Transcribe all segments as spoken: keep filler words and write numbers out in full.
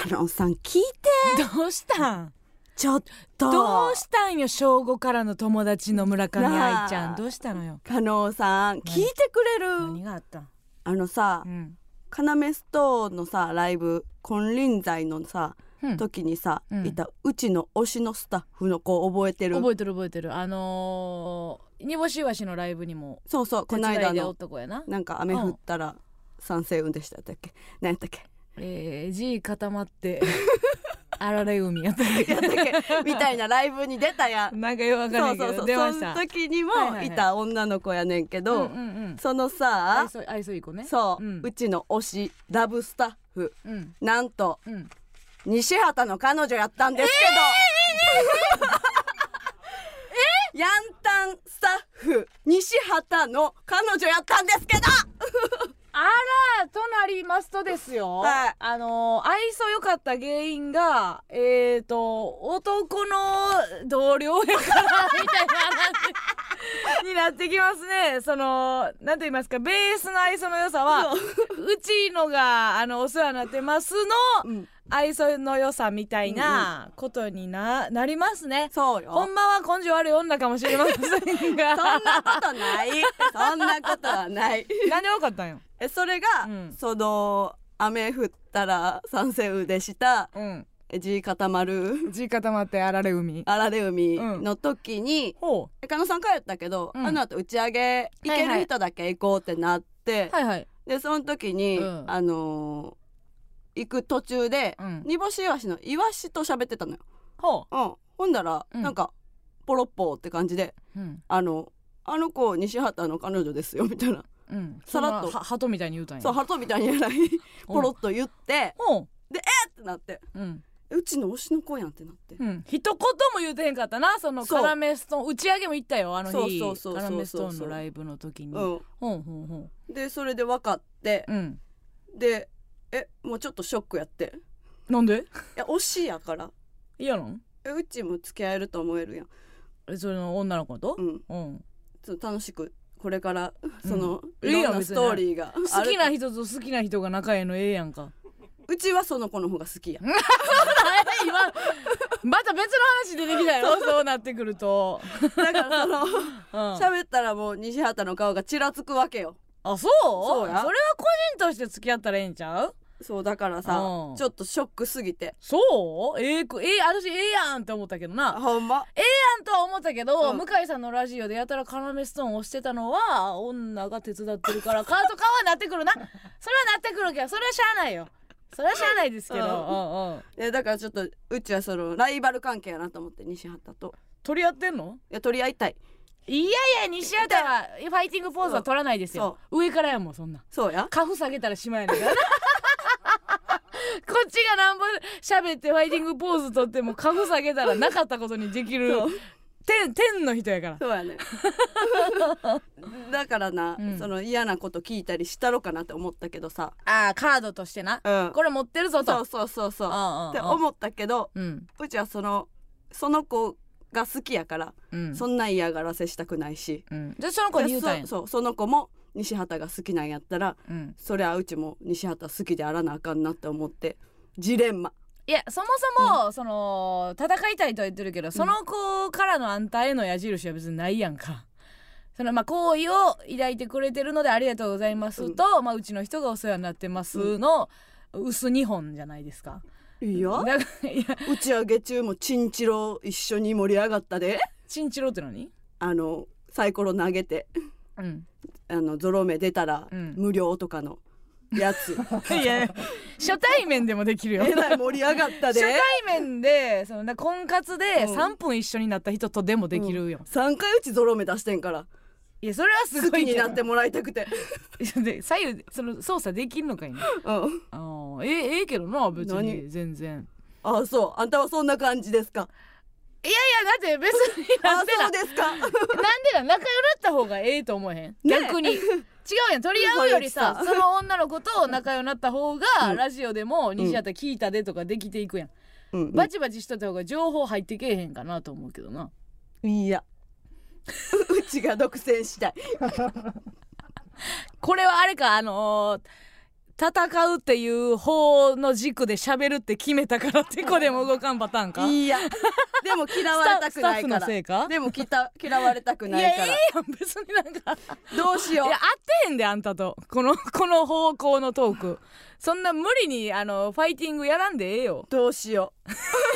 カノンさん聞いて。 どうしたんちょっとどうしたんよ、小ごからの友達の村上愛ちゃん、どうしたのよ。 カノンさん聞いてくれる？ 何があったん？ あのさ、 うん、 カナメストーンのさライブ金輪際のさ、うん、時にさ、うん、いたうちの推しのスタッフの子覚えてる？ 覚えてる覚えてる。あのー、煮干しわしのライブにもそうそう、この間の男やな。 なんか雨降ったら賛成運でしたっけ、何やったっけ、 えー、G 固まってあられ海やったっけやったっけみたいなライブに出たやん。 なんかよくわかんないけど、そうそうそう、出ました。 その時にもいた女の子やねんけど、そのさ愛想いい子ね、 そう、うん、うちの推しラブスタッフ、うん、なんと、うん、西畑の彼女やったんですけど、えー、ヤンタンスタッフ西畑の彼女やったんですけどあら、となりますとですよ、はい、あの愛想良かった原因がえーと男の同僚やからみたいな話になってきますね。そのなんと言いますか、ベースの愛想の良さはうちのがあのお世話になってますの、うん、愛想の良さみたいなことに な, なりますね。 そうよ、 ほんまは根性悪い女かもしれませんがそんなことないそんなことはないなんで分かったんよ。 えそれが、うん、その雨降ったら賛成うでした、うん、G 固まる G 固まってあられ海あられ海の時に、うん、加納さん帰ったけど、うん、あの後打ち上げ行ける人だけ行こうってなって、はいはい、でその時に、うん、あのー、行く途中で、うん、煮干しイワシのイワシと喋ってたのよ。ほう、うん、ほんだら、うん、なんかポロッポーって感じで、うん、あのあの子西畑の彼女ですよみたいな、うん、さらっと鳩みたいに言うたんや。 そう、鳩みたいにやらいポロッと言ってでえーってなって、うん、うちの推しの子やんってなって、うん、 一言も言うてへんかったな。そのカラメストーン打ち上げも行ったよあの日。カラメストーンのライブの時に、うん、ほんほんほんでそれで分かって、うん、でえもうちょっとショックやって。 なんで？ いや推しやから嫌なの？ えうちも付き合えると思えるやん。 えそれの女の子と、うん、うん、 ちょっと楽しくこれからその、うん、いろんなストーリーが好きな人と好きな人が仲ええのええやんか。 うちはその子の方が好きや今また別の話出てきたよそうなってくるとだからその喋、うん、ったらもう西畑の顔がちらつくわけよ。 あ、そう？そうや。それは個人として付き合ったらええんちゃう？ そうだからさ、うん、ちょっとショックすぎて。 そうええー、えー、私ええやんって思ったけどな。 ほんまええやんとは思ったけど、うん、向井さんのラジオでやたらカラメストーンをしてたのは女が手伝ってるからカーとかはなってくるなそれはなってくるけどそれはしゃあないよ。それはしゃあないですけど、うんうんうん、だからちょっとうちはそのライバル関係やなと思って、西畑と取り合ってんの？いや取り合いたい。 いやいや西畑はファイティングポーズは取らないですよ。上からやもんそんな。 そうや。 カフ下げたらしまいやねんからこっちがなんぼ喋ってファイティングポーズ取ってもカフ下げたらなかったことにできる天, 天の人やから。 そうやねだからな、うん、その嫌なこと聞いたりしたろかなって思ったけどさ。 あーカードとしてな、うん、これ持ってるぞと。 そうそうそうそう、うんうん、って思ったけど、うん、うちはそのその子が好きやから、うん、そんな嫌がらせしたくないし、 うん、でその子に言うたんや。 そ, そうその子も西畑が好きなんやったら、うん、そりゃうちも西畑好きであらなあかんなって思ってジレンマ。 いやそもそも、うん、その戦いたいとは言ってるけど、うん、その子からのあんたへの矢印は別にないやんか。そのまあ好意を抱いてくれてるのでありがとうございますと、うんまあ、うちの人がお世話になってますの、うん、薄にほんじゃないですか。 いやだからいや打ち上げ中もチンチロ一緒に盛り上がったで。 チンチロって何？ あのサイコロ投げて、うん、あのゾロ目出たら、うん、無料とかのやついや初対面でもできるよ。 えらい盛り上がったで。 初対面でその婚活でさんぷん一緒になった人とでもできるよ、 うん、さんかいうちゾロ目出してんから。 いやそれはすごい好きになってもらいたくてで左右その操作できんのかいな、うん、あええええけどな別に全然。 ああそうあんたはそんな感じですか？ いやいやだって別になんでなあそうですかなんでな仲良なった方がええと思えへん、ね、逆に違うやん取り合うよりさその女の子と仲良なった方が、うん、ラジオでも西畑聞いたでとかできていくやん、うんうん、バチバチしとった方が情報入ってけえへんかなと思うけどな。 いやうちが独占したいこれはあれかあのー、 戦うっていう方の軸で喋るって決めたからてこでも動かんパターンか。 いやでも嫌われたくないから。スタッフのせいか。でもきた嫌われたくないから。 いやいいやん別になんかどうしよう。 いや合ってへんであんたとこのこの方向のトーク。そんな無理にあのファイティングやらんでええよ。 どうしよう。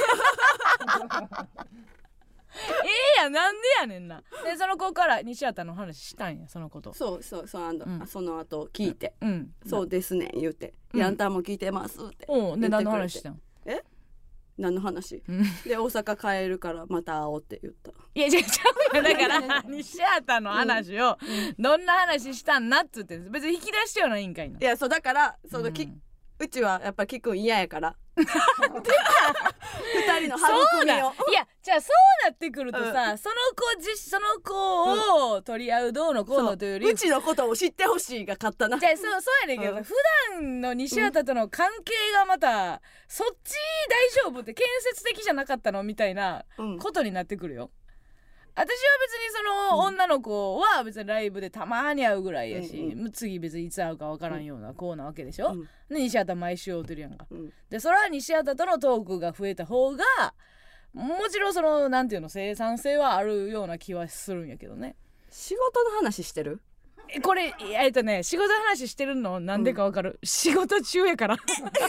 ええやなんでやねんな。でその子から西畑の話したんやそのこと。 そうそうそう、あの、うん、その後聞いて、 うん、 そうですね言うて、うん、ヤンタンも聞いてますって言ってくれて。うんで何の話したん。 え何の話、うん、で大阪帰るからまた会おうって言った。 いや違う違うだから西畑の話を、うん、どんな話したんなっつって別に引き出してはないんかいな。 いやそうだからそのき、うん、うちはやっぱ聞くん嫌やから二人の育みを。いやじゃあそうなってくるとさ、うん、その子じその子を取り合うどうのこうのというより、 うちのことを知ってほしいが勝ったな。 じゃあそうそうやねんけど、うん、普段の西畑との関係がまた、うん、そっち大丈夫って建設的じゃなかったのみたいなことになってくるよ。私は別にその女の子は別にライブでたまに会うぐらいやし、うんうん、次別にいつ会うか分からんような子なわけでしょ、うん、で西畑毎週会うてるやんか、うん、でそれは西畑とのトークが増えた方がもちろんそのなんていうの生産性はあるような気はするんやけどね。 仕事の話してる？ これえっとね仕事の話してるのなんでか分かる、うん、仕事中やから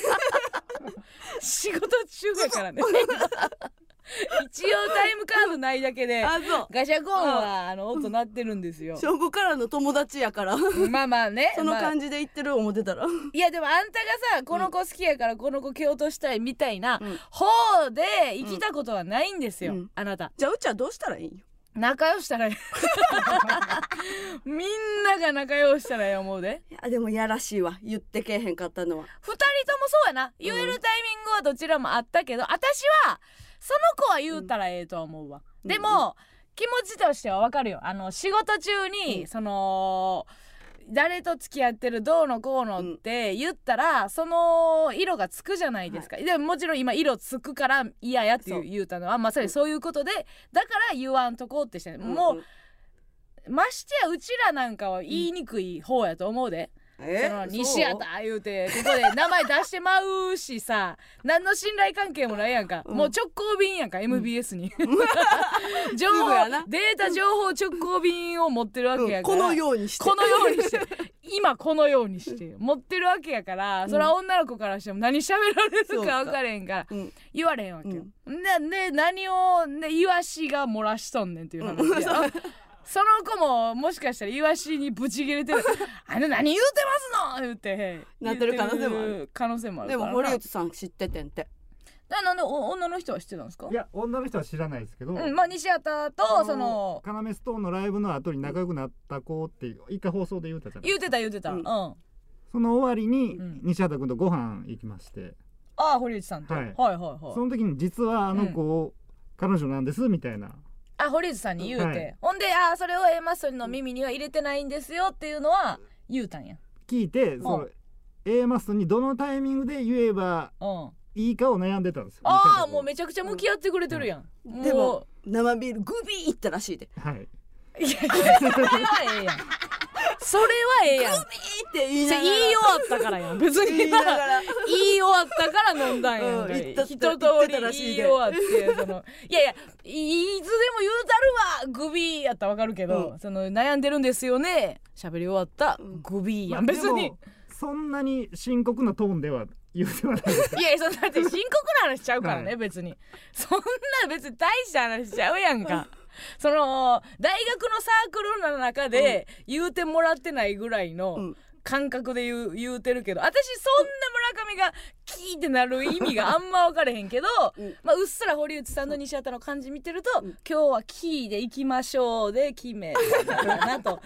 仕事中やからね一応タイムカードないだけでガシャコンはあの音鳴ってるんですよ。 小五からの友達やからまあまあねその感じで言ってる思ってたら、まあ、 いやでもあんたがさこの子好きやからこの子蹴落としたいみたいな方で生きたことはないんですよ、うん、あなた。 じゃあうちはどうしたらいいよ。 仲良したらいいみんなが仲良したらいい思うで。 いやでもやらしいわ言ってけえへんかったのは。 ふたりともそうやな言えるタイミングはどちらもあったけど、うん、私はその子は言うたらええとは思うわ、うん、でも、うん、気持ちとしては分かるよ。あの仕事中に、うん、その誰と付き合ってるどうのこうのって言ったら、うん、その色がつくじゃないですか、はい、でももちろん今色つくから嫌やって言うたのはまさにそういうことで、だから言わんとこうってして、うん、もう、うん、ましてやうちらなんかは言いにくい方やと思うで、その西畑言うてここで名前出してまうしさ何の信頼関係もないやんか、うん、もう直行便やんか、うん、エムビーエス に情報データ情報直行便を持ってるわけやから、うん、 このようにしてこのようにして今このようにして持ってるわけやから、うん、それは女の子からしても何喋られるか分からへんから、うん、言われへんわけよ、うん、で, で何を、ね、イワシが漏らしとんねんっていう話や、うんその子ももしかしたらイワシにブチ切れてるあの何言うてますの言ってなってる可能性もある可能性もあるからな。 でも堀内さん知っててんて。 なんで女の人は知ってたんですか？ いや女の人は知らないですけど、 うん、まあ西畑とそのカナメストーンのライブの後に仲良くなった子って一回放送で言うたじゃないですか。言うてた言うてた、うん、うん、 その終わりに西畑君とご飯行きまして、うん、 ああ堀内さんと、はい、はいはいはいその時に実はあの子を彼女なんですみたいな、 あ堀内さんに言うて、はい、ほんであそれを A マッソの耳には入れてないんですよっていうのは言うたんや。 聞いて、うん、その A マッソにどのタイミングで言えばいいかを悩んでたんですよ。 ああもうめちゃくちゃ向き合ってくれてるやん、うん、もうでも生ビールグビーいったらしいで。 はいいやいやそれはええやんそれはええやんグビーって言いながら言い終わったからやん別に言いながら言い終わったから飲んだんやん、うん、一通り言い終わってそのいやいやいつでも言うたるわグビーやったらわかるけど、うん、その悩んでるんですよね喋り終わったグビーやん、まあ、別にそんなに深刻なトーンでは言うてはないですいやいやそんなって深刻な話しちゃうからね、はい、別にそんな別に大した話しちゃうやんかその大学のサークルの中で言うてもらってないぐらいの感覚で 言 う, 言うてるけど、私そんな村上がキーってなる意味があんま分かれへんけど、うんまあ、うっすら堀内さんの西畑の感じ見てると、うん、今日はキーでいきましょうで決めたなと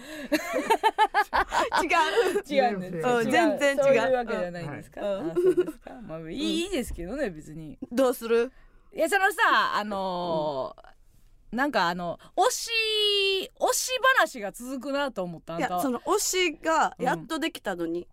違う違うんです、 うん、全然違うそういうわけじゃないんですか、うん、あそうですか、まあ、いいですけどね別に。 どうする？ いやそのさあのーうんなんかあの推し推し話が続くなと思った。あんたいやその推しがやっとできたのに、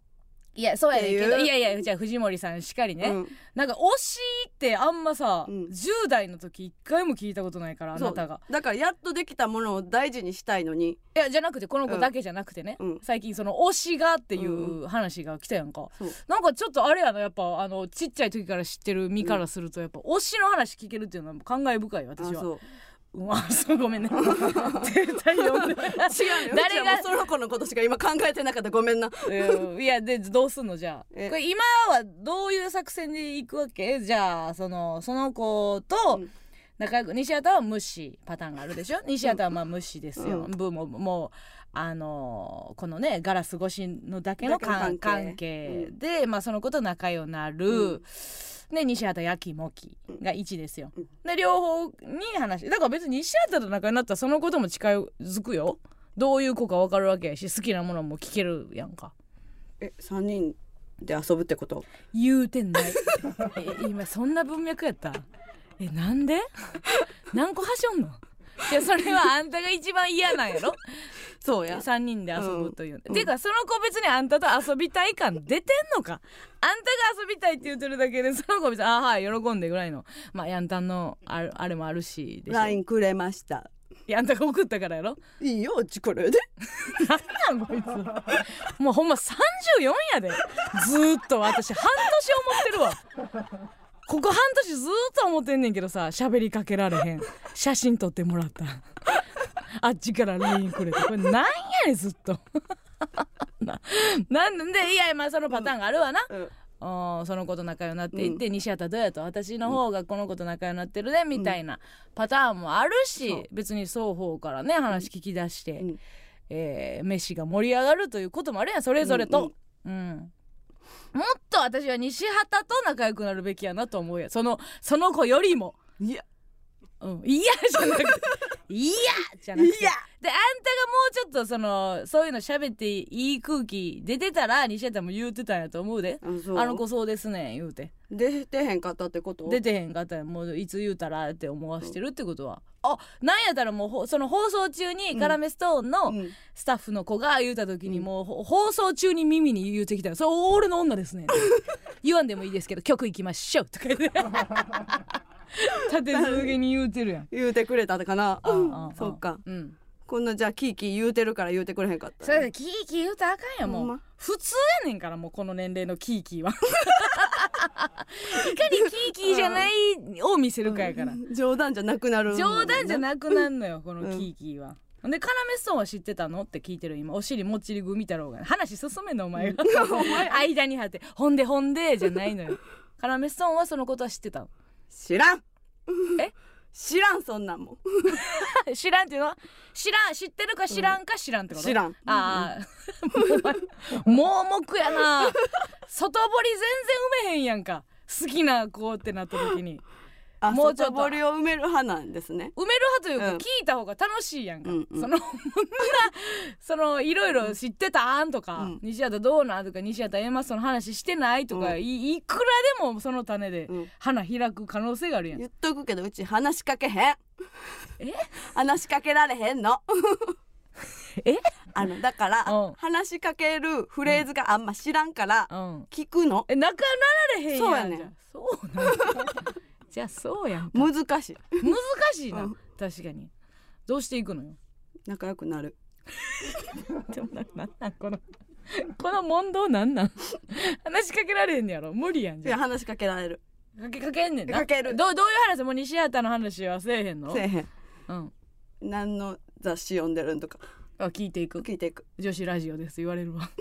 いやそうやねんけどいやいやじゃあ藤森さんしっかりね、うん、なんか推しってあんまさ、うん、じゅう代の時一回も聞いたことないからあなたがだからやっとできたものを大事にしたいのにいやじゃなくてこの子だけじゃなくてね、うん、最近その推しがっていう話が来たやんか、うん、なんかちょっとあれやなやっぱあのちっちゃい時から知ってる身からするとやっぱ推しの話聞けるっていうのは感慨深い私は。うわそうごめんね絶対読んで違うよ誰がその子のことしか今考えてなかったごめんないやでどうすんのじゃあこれ今はどういう作戦でいくわけじゃあそのその子と仲良く西畑は無視パターンがあるでしょ西畑はまあ無視ですよ、うん、ブももうあのー、このねガラス越しのだけの関係で、うん、まあその子と仲良くなる、うんで西畑やきもきがいちですよ、うん、で両方に話だから別に西畑と仲良くなったらそのことも近づくよどういう子か分かるわけやし好きなものも聞けるやんかえさんにんで遊ぶってこと言うてんないえ今そんな文脈やったえなんで何個はしょんのいやそれはあんたが一番嫌なんやろそうやさんにんで遊ぶという、うん、ていうかその子別にあんたと遊びたい感出てんのかあんたが遊びたいって言ってるだけでその子別にあはい喜んでぐらいのまあヤンタンのあ れ, あれもあるしでしょライン くれましたいやあんたが送ったからやろいいようちこれでなんなんこいつもうほんまさんじゅうよんやでずーっと私半年思ってるわここ半年ずーっと思ってんねんけどさ喋りかけられへん写真撮ってもらったあっちから ライン くれてこれなんやねんずっとな, なんでいやまあそのパターンがあるわな、うんうん、その子と仲良くなっていって、うん、西畑どうやと私の方がこの子と仲良くなってるね、うん、みたいなパターンもあるし、うん、別に双方からね話聞き出して、うんえー、飯が盛り上がるということもあるやんそれぞれと、うん、うん、もっと私は西畑と仲良くなるべきやなと思うやそのその子よりもいやうん、いやじゃなくていやじゃなくてであんたがもうちょっとそのそういうの喋っていい空気出てたら西畑も言うてたんやと思うで あ, あの子そうですね言うて出てへんかったってこと出てへんかったもういつ言うたらって思わしてるってことは、うん、あなんやったらもうその放送中にカラメストーンのスタッフの子が言うた時にもう、うん、放送中に耳に言うてきたらそれ俺の女ですね言わんでもいいですけど曲行きましょうとか言って立て続けに言うてるやん言うてくれたかなああそっか、うん、こんなじゃあキーキー言うてるから言うてくれへんかった、ね、 それでキーキー言うたらあかんやもう、ま、普通やねんからもうこの年齢のキーキーはいかにキーキーじゃないを見せるかやから、うん、 冗談じゃなくなる冗談じゃなくなるのよこのキーキーは、うん、でカラメストーンは知ってたのって聞いてる今お尻もっちり組太郎が話進めんのお前が間に貼ってほんでほんでじゃないのよカラメストーンはそのことは知ってたの知らんえ知らんそんなんも知らんっていうのは知らん知ってるか知らんか知らんってこと、 知らんああ盲目やな外堀全然埋めへんやんか好きな子ってなった時にあもうちょっと外堀を埋める派なんですね埋める派というか、うん、聞いた方が楽しいやんか、うんうん、そのそのいろいろ知ってたんとか、うん、西畑どうなんとか西畑 A マッソの話してないとか、うん、い, いくらでもその種で花開く可能性があるやん、 言っとくけどうち話しかけへんえ話しかけられへんのえあのだから、うん、話しかけるフレーズがあんま知らんから、うん、聞くのえ仲なられへんやんそうやねんそうなんじゃあそうやんか難しい難しいな、うん、確かにどうしていくのよ仲良くなるでもななんなんこのこの問答なんなん話しかけられへんねやろ無理やんじゃんいや話しかけられるかけかけんねんなかけるど, どういう話も西畑の話はせえへんのせえへん、うん、何の雑誌読んでるんとかあ聞いていく聞いていく女子ラジオです言われるわ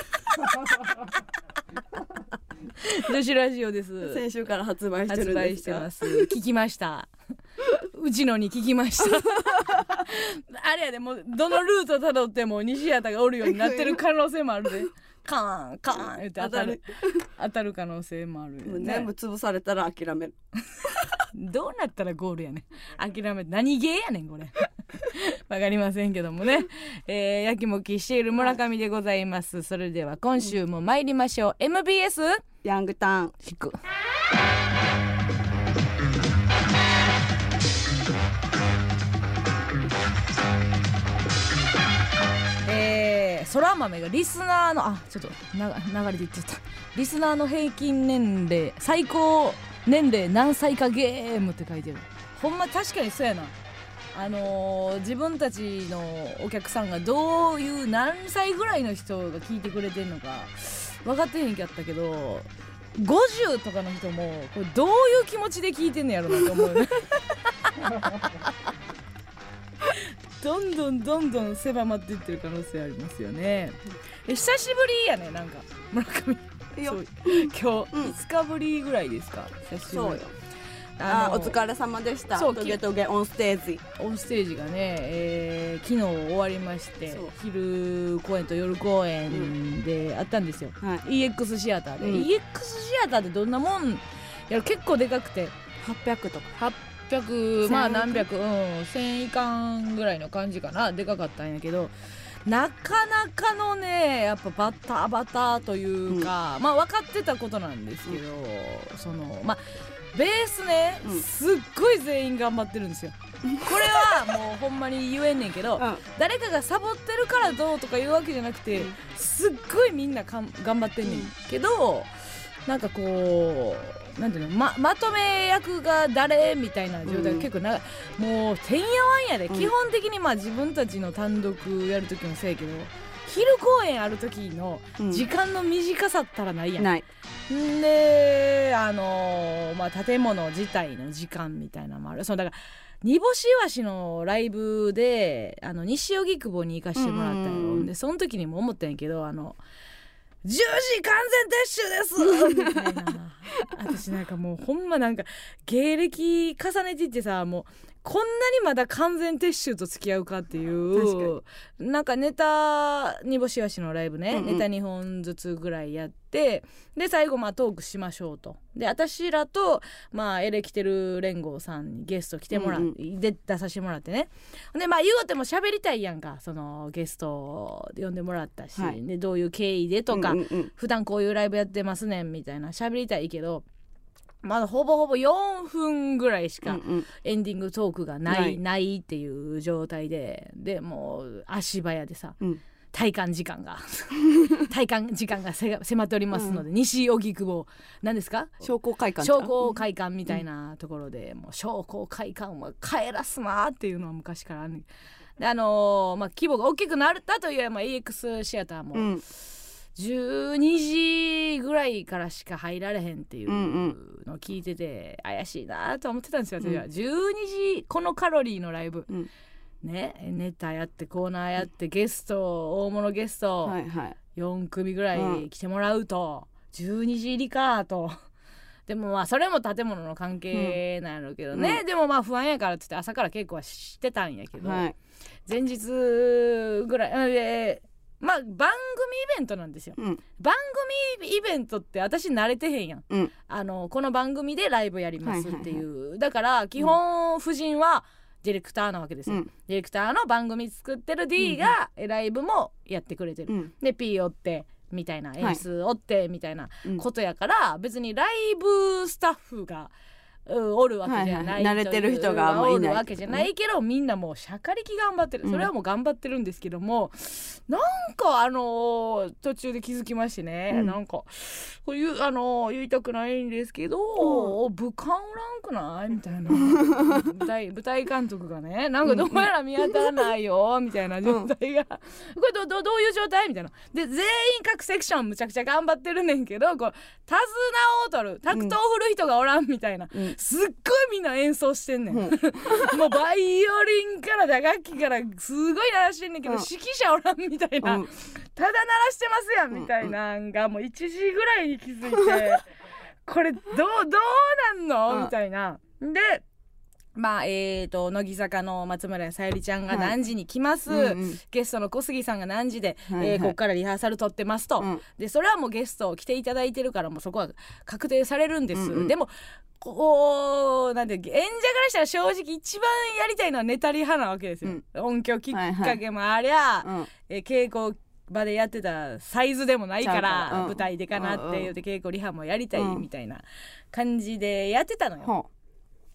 女子ラジオです先週から発売してるんですか発売してます聞きましたうちのに聞きましたあれやでもうどのルートたどっても西畑がおるようになってる可能性もあるでカーンカーン言って当たる当たる可能性もあるよ、ね、 全部潰されたら諦めるどうなったらゴールやねん諦め何ゲーやねんこれわかりませんけどもね、えー、やきもきしている村上でございます。それでは今週も参りましょう、うん、エムビーエスヤングタウン引くそら豆がリスナーのあちょっとな流れていっちゃったリスナーの平均年齢最高年齢何歳かゲームって書いてる。ほんま確かにそうやな。あのー、自分たちのお客さんがどういう何歳ぐらいの人が聞いてくれてんのか分かってへんかったけどごじゅうとかの人もこれどういう気持ちで聞いてんのやろなと思うねどんどんどんどん狭まっていってる可能性ありますよね。え久しぶりやねなんか村上そう今日いつかぶりぐらいですか、うん、久しぶり。そうよ。 あお疲れ様でした。トゲトゲオンステージオンステージがね、えー、昨日終わりまして昼公演と夜公演であったんですよ、うんはい、イーエックス シアターで、うん、イーエックス シアターってどんなもんやろ。結構でかくてはっぴゃくとかはっぴゃくまあ何百うんせんいかんぐらいの感じかな。でかかったんやけどなかなかのねやっぱバタバタというか、うん、まあ分かってたことなんですけど、うん、そのまあベースね、うん、すっごい全員頑張ってるんですよこれはもうほんまに言えんねんけど、うん、誰かがサボってるからどうとかいうわけじゃなくて、うん、すっごいみんなかん頑張ってんねんけど、なんかこうなんていうの ま, まとめ役が誰みたいな状態が結構長い、うん、もうてんやわんやで、うん、基本的にまあ自分たちの単独やるときもそうやけど昼公演ある時の時間の短さったらないやん、うん、ないんであのー、まあ建物自体の時間みたいなのもある。そうだから煮干しいわしのライブであの西荻窪に行かしてもらったよ。でその時にも思ったんやけどあのじゅうじ完全撤収ですみたいな私なんかもうほんまなんか芸歴重ねていってさもうこんなにまだ完全撤収と付き合うかっていうなんかネタ煮干しわしのライブね、うんうん、ネタにほんずつぐらいやってで最後まあトークしましょうとで私らとまあエレキテル連合さんにゲスト来てもらって、うんうん、で出させてもらってねでまあ言うても喋りたいやんかそのゲスト呼んでもらったし、はい、でどういう経緯でとか、うんうんうん、普段こういうライブやってますねんみたいな喋りたいけどまだほぼほぼよんぷんぐらいしかエンディングトークがない、うんうん、ないっていう状態ででもう足早でさ、うん、体感時間が体感時間が迫っておりますので、うん、西荻窪何ですか商工会館商工会館みたいなところで、うん、もう商工会館は帰らすなっていうのは昔からあるであのーまあ、規模が大きくなったという、まあ、イーエックス シアターも、うんじゅうにじぐらいからしか入られへんっていうのを聞いてて怪しいなと思ってたんですよ私は、うん、じゅうにじこのカロリーのライブ、うん、ねネタやってコーナーやってゲスト大物ゲスト、はいはい、よん組ぐらい来てもらうと、うん、じゅうにじ入りかとでもまあそれも建物の関係なんやろうけどね、うん、でもまあ不安やからって言って朝から稽古はしてたんやけど、はい、前日ぐらいでまあ番組イベントなんですよ、うん、番組イベントって私慣れてへんやん、うん、あのこの番組でライブやりますっていう、はいはいはい、だから基本夫人はディレクターなわけですよ、うん、ディレクターの番組作ってる D がライブもやってくれてる、うん、で P 追ってみたいな演出追ってみたいなことやから、はい、別にライブスタッフがおるわけじゃない、はいはい、 慣れてる人があんまいないおるわけじゃないけどみんなもうしゃかりき頑張ってるそれはもう頑張ってるんですけども、うん、なんかあのー、途中で気づきましてね、うん、なんかこういう、あのー、言いたくないんですけど、うん、武漢おらんくないみたいな舞台、舞台監督がねなんかどうやら見当たらないよみたいな状態が、うん、これ ど, ど, どういう状態みたいなで全員各セクションむちゃくちゃ頑張ってるねんけどこう手綱を取るタクトを振る人がおらんみたいな、うんすっごいみんな演奏してんねん、うん、もうバイオリンから打楽器からすごい鳴らしてんねんけど、うん、指揮者おらんみたいな、うん、ただ鳴らしてますやんみたいなんがもういちじぐらいに気づいてこれどうどうなんの、うん、みたいなでまあえーと乃木坂の松村さゆりちゃんが何時に来ます、はいうんうん、ゲストの小杉さんが何時で、はいはいえー、ここからリハーサル撮ってますと、うん、でそれはもうゲスト来ていただいてるからもうそこは確定されるんです、うんうん、でもこうなんて演者からしたら正直一番やりたいのはネタリハなわけですよ、うん、音響きっかけもありゃ、はいはいえー、稽古場でやってたサイズでもないから、うん、舞台でかなって言って稽古リハもやりたいみたいな感じでやってたのよ、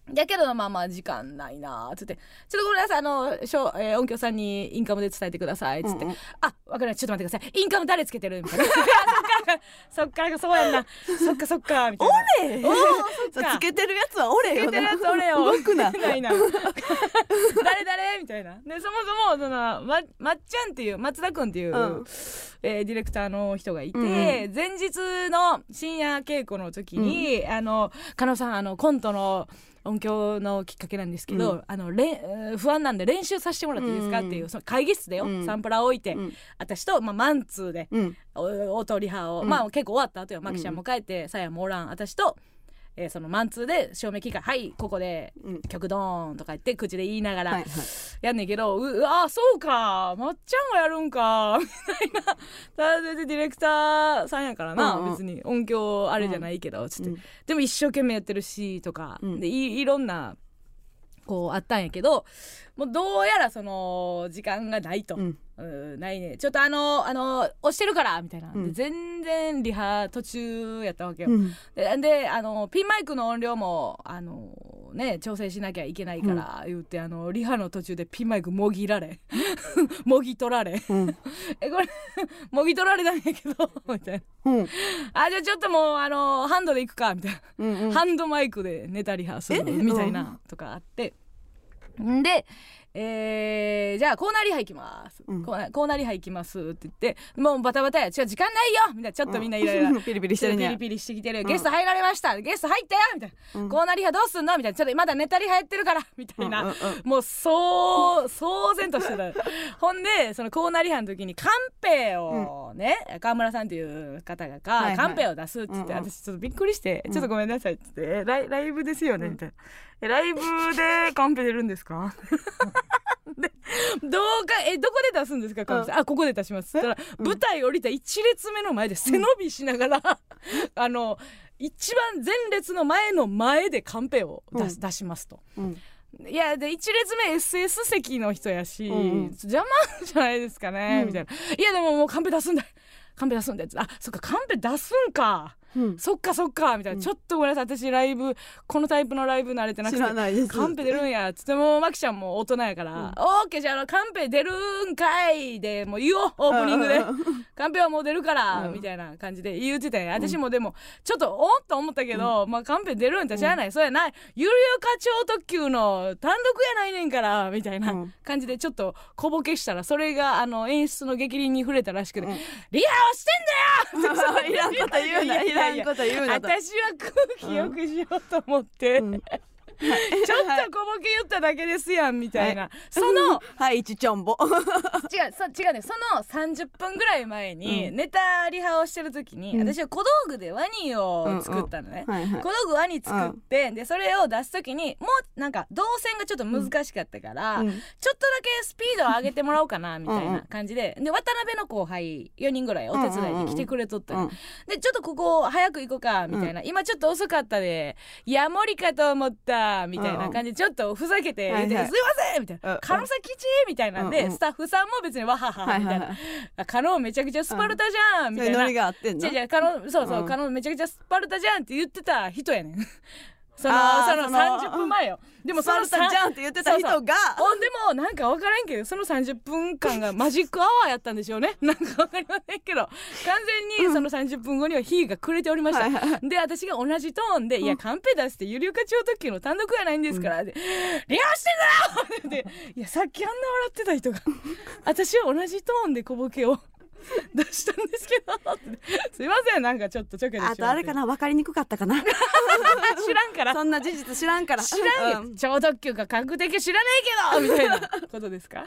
だけどまあまあ時間ないなーっつってちょっとごめんなさいあのしょ、えー、音響さんにインカムで伝えてくださいっつって、うんうん、あわかりましたちょっと待ってくださいインカム誰つけてるみたいなそっからそうやんなそっかそっかみたいな俺おそっかつけてるやつは俺よつけてるやつ俺よ動くなみたいな誰誰みたいなでそもそもそのままっちゃんっていう松田くんっていう、うんえー、ディレクターの人がいて、うんうん、前日の深夜稽古の時に、うん、あの加納さんあのコントの音響のきっかけなんですけど、うん、あのれ不安なんで練習させてもらっていいですか、うん、っていうその会議室でよ、うん、サンプラー置いて、うん、私と、まあ、マンツーで、うん、音リハを、うん、まあ結構終わった後よマキちゃんも帰ってさやもおらん私とえー、そのマンツーで照明機械はいここで曲ドーンとか言って口で言いながらやんねんけど、うんはいはい、うあそうかまっちゃんがやるんかみたいなただディレクターさんやからな、うんうん、別に音響あれじゃないけどつって、うん、でも一生懸命やってるしとか、うん、で い, いろんなこうあったんやけどもうどうやらその時間がないと、うんうん、ないねちょっとあのあの押してるからみたいな、うん、で全然リハ途中やったわけよ、うん、で, であのピンマイクの音量もあのね調整しなきゃいけないから言って、うん、あのリハの途中でピンマイクもぎられもぎ取られ、うん、えこれもぎ取られたんやけどみたいな、うん、あじゃあちょっともうあのハンドでいくかみたいな、うんうん、ハンドマイクでネタリハするみたいなとかあってんで、えー、じゃあコーナーリハ行きます、うん、コーナー、コーナーリハ行きますって言ってもうバタバタや違う時間ないよみたいなちょっとみんなイライラ、 うん、ピリピリしてるねピリピリしてきてる、うん、ゲスト入られましたゲスト入ったよみたいな、うん、コーナーリハどうすんのみたいなちょっとまだネタリハやってるからみたいな、うんうんうん、もうそう騒然としてたほんでそのコーナーリハの時にカンペをね、うん、川村さんっていう方がか、はいはい、カンペを出すって言って、うんうん、私ちょっとびっくりして、うん、ちょっとごめんなさいって言ってライ、ライブですよねみたいな、うん、ライブでカンペ出るんですかでどうかえどこで出すんですかカンペ、うん、あここで出しますって言ったら、うん、舞台降りたいち列目の前で背伸びしながら、うん、あの一番前列の前の前でカンペを 出,、うん、出しますと、うん、いやでいち列目 エスエス 席の人やし、うん、邪魔じゃないですかね、うん、みたいないやでももうカンペ出すんだカンペ出すんだってあそっかカンペ出すんかうん、そっかそっかみたいな、うん、ちょっとごめんなさい私ライブこのタイプのライブ慣れてなくて知らないですカンペ出るんやつってもマキちゃんも大人やから、うん、オーケーじゃあカンペ出るんかいでもう言おうオープニングでカンペはもう出るから、うん、みたいな感じで言うてたんや私もでもちょっとおっと思ったけど、うん、まあカンペ出るんって知らない、うん、そうやないゆるゆか超特急の単独やないねんからみたいな感じでちょっと小ボケしたらそれがあの演出の激鱗に触れたらしくて、うん、リハをしてんだよいらんこと言うないらんこと言うな私は空気よくしようと思って、うんうん、ちょっと小ボケ言っただけですやんみたいな、はい、そのはいちちょんぼ違うそ違うねそのさんじゅっぷんぐらい前に、うん、ネタリハをしてる時に、うん、私は小道具でワニを作ったのね、うんうんはいはい、小道具ワニ作って、うん、でそれを出す時にもうなんか動線がちょっと難しかったから、うん、ちょっとだけスピードを上げてもらおうかなみたいな感じで、で渡辺の後輩よにんぐらいお手伝いに来てくれとったの、うんうんうん、でちょっとここ早く行こうかみたいな、うん、今ちょっと遅かったでいや無理かと思ったみたいな感じでちょっとふざけて、うんうん、すいませんみたいな、うん、カノさん吉みたいなんで、うんうん、スタッフさんも別にわははみたいな、はいはいはい、カノめちゃくちゃスパルタじゃん、うん、みたいなノリがあってんの違う違うカノそうそう、うん、カノめちゃくちゃスパルタじゃんって言ってた人やねんそのそのさんじゅっぷんまえよでもそのスパルタじゃんって言ってた人がそうそうほんでもなんか分からんけどそのさんじゅっぷんかんがマジックアワーやったんでしょうねなんか分かりませんけど完全にそのさんじゅっぷんごには火が暮れておりました、うんはいはい、で私が同じトーンで、うん、いやカンペ出してゆりおか超特急の単独やないんですから、うん、でリハしてんだよっていやさっきあんな笑ってた人が私は同じトーンで小ボケを出したんですけどすいませんなんかちょっとちょけてしまってあとあれかな分かりにくかったかな知らんからそんな事実知らんから知らんよ、うん、超特急か確定知らないけどみたいなことですか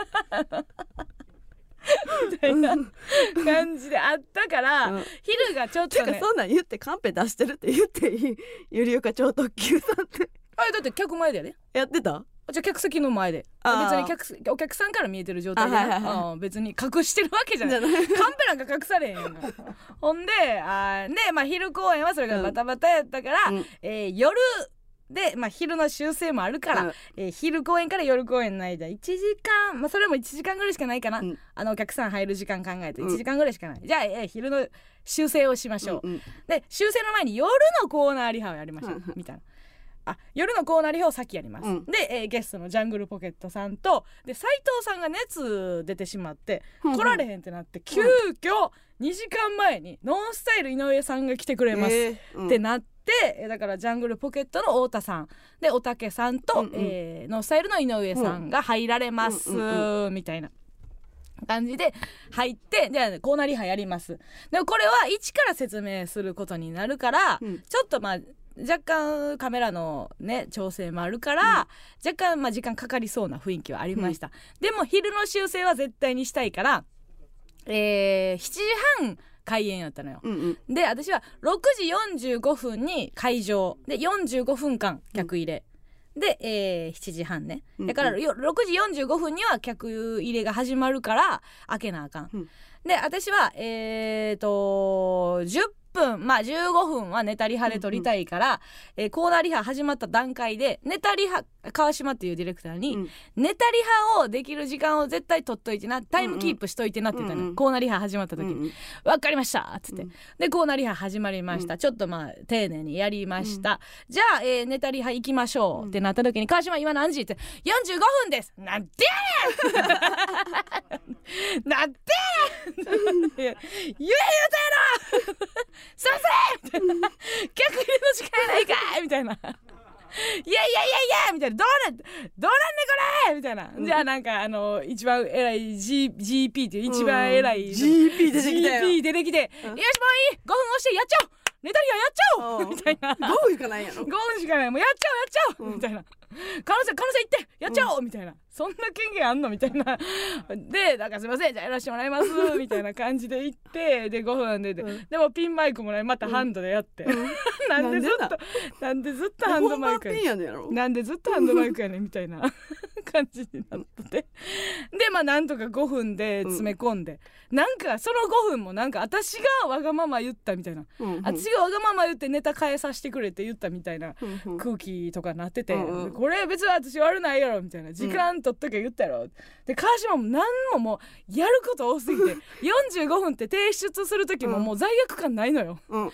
みたいな感じであったから、うん、昼がちょっとねてかそんなん言ってカンペ出してるって言っていいゆりおか超特急さんってあれだって客前でやでやってたじゃあ客席の前で別に 客お客さんから見えてる状態で、はいはいはい、別に隠してるわけじゃないカンペなんか隠されへんやんほんであで、まあ、昼公演はそれがバタバタやったから、うんえー、夜で、まあ、昼の修正もあるから、うんえー、昼公演から夜公演の間いちじかん、まあ、それもいちじかんぐらいしかないかな、うん、あのお客さん入る時間考えていちじかんぐらいしかない、うん、じゃあ、えー、昼の修正をしましょう、うんうん、で修正の前に夜のコーナーリハをやりましょう、うん、みたいなあ夜のコーナーリハを先やります、うん、で、えー、ゲストのジャングルポケットさんとで斉藤さんが熱出てしまって、うん、来られへんってなって急遽にじかんまえにノンスタイル井上さんが来てくれます、えーうん、ってなってでだからジャングルポケットの太田さんでおたけさんと、うんうんえー、ノンスタイルの井上さんが入られます、うんうんうん、みたいな感じで入ってじゃあコーナーリハやります。でもこれは一から説明することになるから、うん、ちょっとまあ若干カメラのね調整もあるから、うん、若干まあ時間かかりそうな雰囲気はありました、うん、でも昼の修正は絶対にしたいからえー、しちじはん開演やったのよ、うんうん、で私はろくじよんじゅうごふんに会場でよんじゅうごふんかん客入れ、うん、で、えー、しちじはんね、うんうん、だからろくじよんじゅうごふんには客入れが始まるから開けなあかん、うん、で私はえーとじゅっぷんまあじゅうごふんはネタリハで撮りたいから、うんうんえー、コーナーリハ始まった段階でネタリハ川島っていうディレクターに、うん、ネタリハをできる時間を絶対取っといてなタイムキープしといてなって言ったの、うんうん、コーナーリハ始まった時に、うんうん、分かりましたっつって、うん、でコーナーリハ始まりました、うん、ちょっとまあ丁寧にやりました、うん、じゃあ、えー、ネタリハ行きましょう、うん、ってなった時に川島今何時ってよんじゅうごふんですなんでやねんなんでやねん言え言うたやろすいませんみたいな客入れの時間やないかいみたいないやいやいやいやみたいなどうなんどうなんねこれみたいな、うん、じゃあなんかあの一番偉い G、ジーピー っていう一番偉い、うん、 ジーピー 出てきたよジーピー 出てきて、うん、よしもういいごふん押してやっちゃおうネタリハやっちゃおうみたいなごふんしかないやろごふんしかないもうやっちゃおうやっちゃおう、うん、みたいな可能性可能性言ってやっちゃおう、うん、みたいなそんな権限あんのみたいなでだからすいませんじゃあやらせてもらいますみたいな感じで行ってでごふんでで、うん、でもピンマイクもらいまたハンドでやって、うん、なんでずっとなんでずっとハンドマイクやねんなんでずっとハンドマイクやねんみたいな感じになっててでまあなんとかごふんで詰め込んで、うん、なんかそのごふんもなんか私がわがまま言ったみたいな、うんうん、私がわがまま言ってネタ変えさせてくれって言ったみたいな空気とかなってて、うんうん、これ別に私悪ないやろみたいな時間取っとけ言ったやろ、うん、で川島も何ももうやること多すぎてよんじゅうごふんって提出する時ももう罪悪感ないのよ、うん、い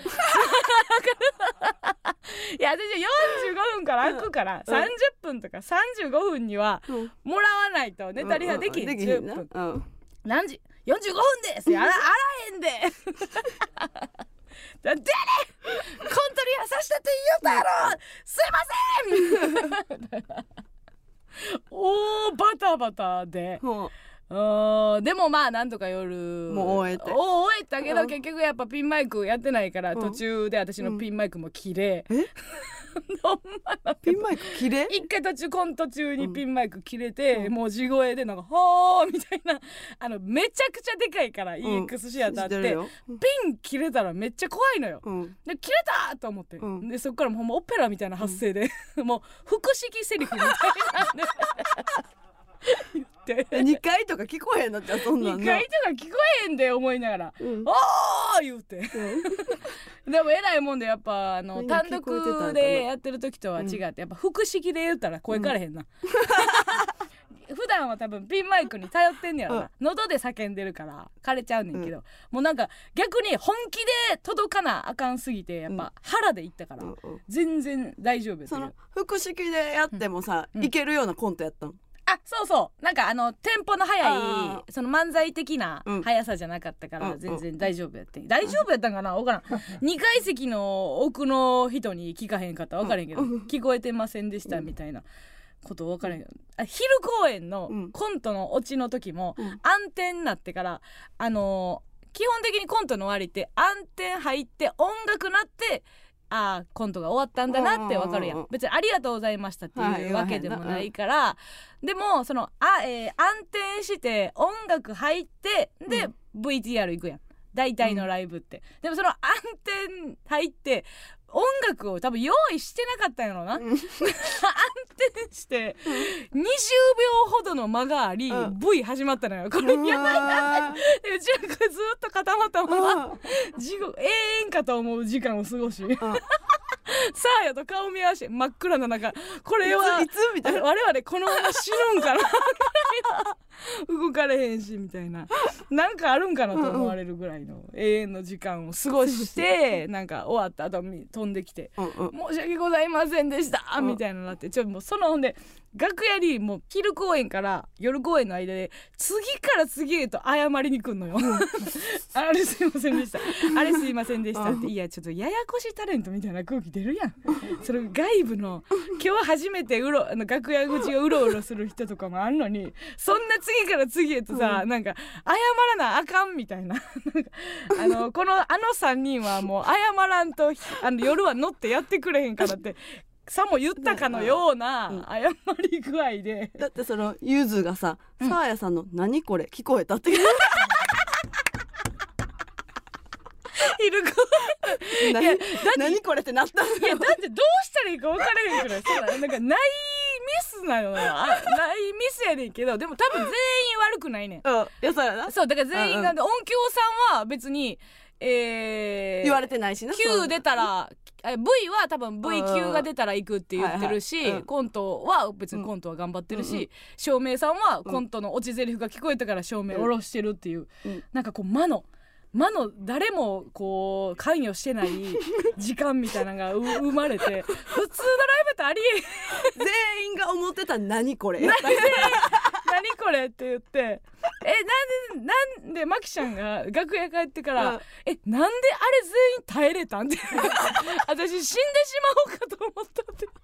や私よんじゅうごふんから開くから、うん、さんじゅっぷんとかさんじゅうごふんにはもらわないとネタリハできん、うんうん、じゅっぷん、うん、何時よんじゅうごふんですあら、あらへんでなんでやねんコントリハさせてって言うたやろすいませんおーバタバタで、うんうん、でもまあなんとか夜もう終えてお終えたけど、うん、結局やっぱピンマイクやってないから、うん、途中で私のピンマイクも切れ、うん、えピンマイク切れ一回途中コント中にピンマイク切れて、うん、もう地声でなんかほーみたいなあのめちゃくちゃでかいから、うん、イーエックス シアターって、うん、ピン切れたらめっちゃ怖いのよ、うん、で切れたと思って、うん、でそっからもうほんまオペラみたいな発声で、うん、もう腹式セリフみたいな言ってにかいとか聞こえへんのってそんなんにかいとか聞こえへんで思いながら、うん、おー言うて、うん、でもえらいもんでやっぱあの単独でやってる時とは違って、うん、やっぱ腹式で言ったら声かれへんな、うん、普段は多分ピンマイクに頼ってんねやろな、うん、喉で叫んでるから枯れちゃうねんけど、うん、もうなんか逆に本気で届かなあかんすぎてやっぱ腹で言ったから、うん、全然大丈夫。 その腹式でやってもさ、うん、いけるようなコントやったの？ あ、そうそうなんかあのテンポの速いその漫才的な速さじゃなかったから全然大丈夫やって、うん、大丈夫やったんかな分からんにかい席の奥の人に聞かへんかったら分からへんけど、うん、聞こえてませんでしたみたいなこと分からへんけど、あ昼公演のコントのオチの時も暗転になってからあのー、基本的にコントの終わりって暗転入って音楽なってあコントが終わったんだなってわかるやん、うんうんうん、別にありがとうございましたっていうわけでもないから、はい、でもそのあ、えー、暗転して音楽入ってで、うん、ブイティーアール 行くやん大体のライブって、うん、でもその暗転入って音楽を多分用意してなかったんやろな、うん、暗転してにじゅうびょうほどの間があり、うん、V 始まったのよこれやばいなってうちらこれずっと固まったまま、うん、地獄永遠かと思う時間を過ごし、うん、さあやと顔見合わせ真っ暗な中これはいつみたいな我々このまま死ぬんかな動かれへんしみたいな、なんかあるんかなと思われるぐらいの永遠の時間を過ごしてなんか終わった後に飛んできて、うんうん、申し訳ございませんでした、うん、みたいなのなって、ちょっともうそのほんで楽屋にもう昼公演から夜公演の間で次から次へと謝りに来んのよあれすいませんでしたあれすいませんでしたって、いやちょっとややこしタレントみたいな空気出るやんそれ外部の今日初めてうろあの楽屋口をうろうろする人とかもあんのに、そんな次から次へとさ、うん、なんか謝らなあかんみたいなあのこのあのさんにんはもう謝らんとあの夜は乗ってやってくれへんからってさも言ったかのような謝り具合で、 だってそのゆずがさ、うん、サーヤさんの何これ聞こえたっている子いやだって何これってなったんだよ。 いやだってどうしたらいいか分からへんくらいそうなんかないミスなのよないミスやねんけど、でも多分全員悪くないねん、うん、いやそうやな、そうだから全員が、うんうん、音響さんは別にえー、 言われてないしな、 キュー 出たら V は多分 ブイ 級が出たら行くって言ってるし、はいはい、うん、コントは別にコントは頑張ってるし、うんうん、照明さんはコントの落ち台詞が聞こえたから照明下ろしてるっていう、うん、なんかこう魔の魔の誰もこう関与してない時間みたいなのが生まれて普通のライブってありえ全員が思ってた何これ何これって言ってえなんでなんでマキちゃんが楽屋帰ってから、うん、えなんであれ全員耐えれたんって私死んでしまおうかと思ったって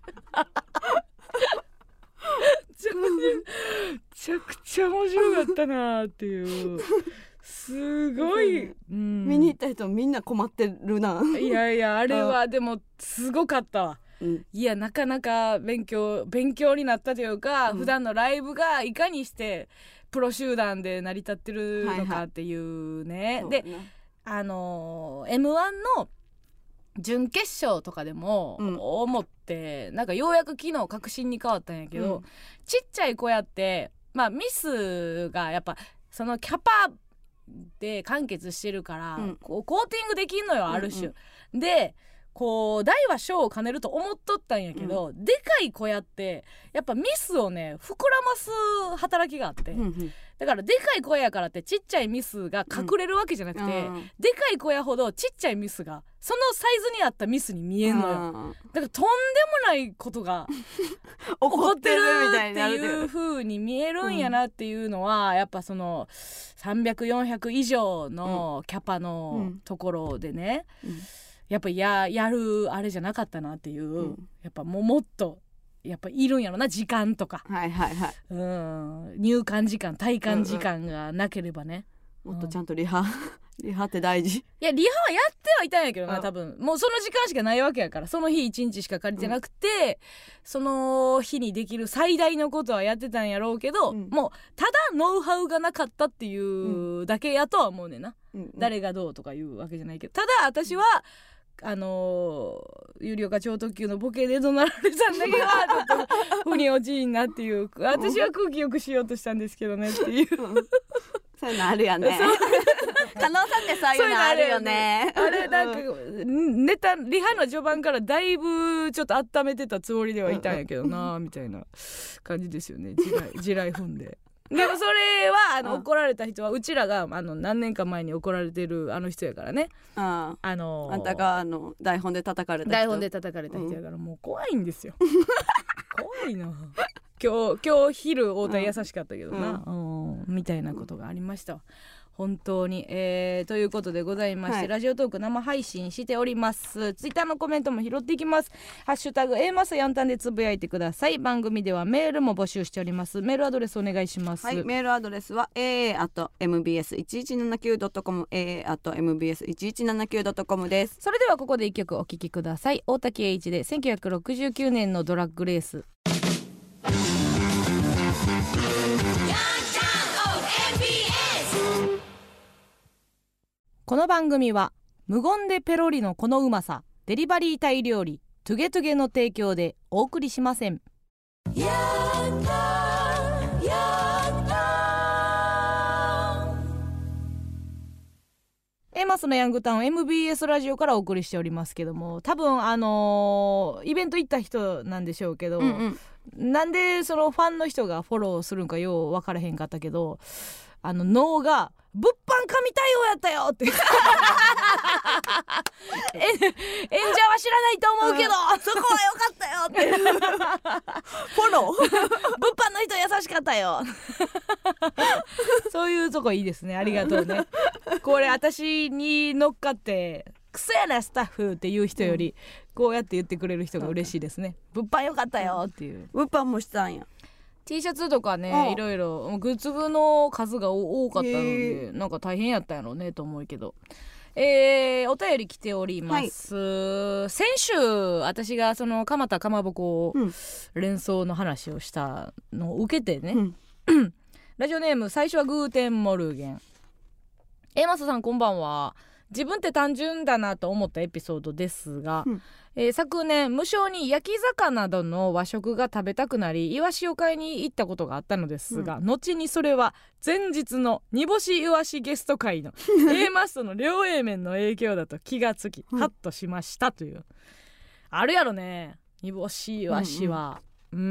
めちゃくちゃ面白かったなっていうすごい、 うん、見に行った人みんな困ってるな。 いやいやあれはでもすごかったわ、うん、いやなかなか勉強勉強になったというか、うん、普段のライブがいかにしてプロ集団で成り立ってるのかっていうね、はいはい、で、ね、あの エムワン の準決勝とかでも思って、うん、なんかようやく昨日確信に変わったんやけど、うん、ちっちゃい子やってまあミスがやっぱそのキャパで完結してるから、うん、こうコーティングできんのよある種、うんうん、でこう大は小を兼ねると思っとったんやけど、うん、でかい子やってやっぱミスをね膨らます働きがあって、うんうん、だからでかい子やからってちっちゃいミスが隠れるわけじゃなくて、うん、でかい子やほどちっちゃいミスがそのサイズに合ったミスに見えんのよ、うん、だからとんでもないことが起こってるっていう風に見えるんやなっていうのは、うん、やっぱそのさんびゃく、よんひゃく以上のキャパのところでね、うんうん、やっぱ や, やるあれじゃなかったなっていう、うん、やっぱもうもっとやっぱいるんやろな時間とか、 はいはいはい、 うん、入館時間体感時間がなければね、 うんうん、もっとちゃんとリハリハって大事。 いやリハはやってはいたんやけどな、多分もうその時間しかないわけやから、その日一日しか借りてなくて、うん、その日にできる最大のことはやってたんやろうけど、うん、もうただノウハウがなかったっていうだけやとは思うねんな、うん、誰がどうとかいうわけじゃないけど、ただ私はあのー、有料化超特急のボケで怒鳴られたんだけどちょっと腑に落ちんなっていう私は空気よくしようとしたんですけどねっていうそういうのあるよね加納さんってそういうのあるよねあれなんか、うん、ネタリハの序盤からだいぶちょっと温めてたつもりではいたんやけどなみたいな感じですよね、地雷地雷踏んででもそれはあの怒られた人はうちらがあの何年か前に怒られてるあの人やからね、 あ, あのー、あんたがあの台本で叩かれた人台本で叩かれた人やから、うん、もう怖いんですよ怖いな今日今日昼太田優しかったけどな、うんうん、みたいなことがありました本当に、えー、ということでございまして、はい、ラジオトーク生配信しております。ツイッターのコメントも拾っていきます。ハッシュタグ A マスヤンタンでつぶやいてください。番組ではメールも募集しております。メールアドレスお願いします。 はい、メールアドレスは エーエー アット エムビーエス いちいちななきゅう ドットコム エーエー アット エムビーエス いちいちななきゅう ドットコム です。 それではここで一曲お聴きください。大滝栄一でせんきゅうひゃくろくじゅうきゅうねんのドラッグレース。この番組は無言でペロリのこのうまさデリバリータイ料理トゥゲトゥゲの提供でお送りしません。やったやったエマスのヤングタウン エムビーエス ラジオからお送りしておりますけども、多分あのー、イベント行った人なんでしょうけど、うんうん、なんでそのファンの人がフォローするんかよう分からへんかったけど、あの脳が物販神対応やったよって演者は知らないと思うけど、 うん、そこは良かったよってフォロー物販の人優しかったよそういうとこいいですね、ありがとうねこれ私に乗っかってクソやなスタッフっていう人より、うん、こうやって言ってくれる人が嬉しいですね。物販良かったよっていう、 物販もしたんや。 T シャツとかね、いろいろグッズの数が多かったのでなんか大変やったんやろうねと思うけど、えー、お便り来ております、はい、先週私がその蒲田かまぼこ連想の話をしたのを受けてね、うん、ラジオネーム最初はグーテンモルゲン。えー、マサさんこんばんは。自分って単純だなと思ったエピソードですが、うん、えー、昨年無償に焼き魚などの和食が食べたくなりイワシを買いに行ったことがあったのですが、うん、後にそれは前日の煮干しイワシゲスト会の A マストの両 A 面の影響だと気がつき、うん、ハッとしましたという。あるやろね、煮干しイワシは、うんうん、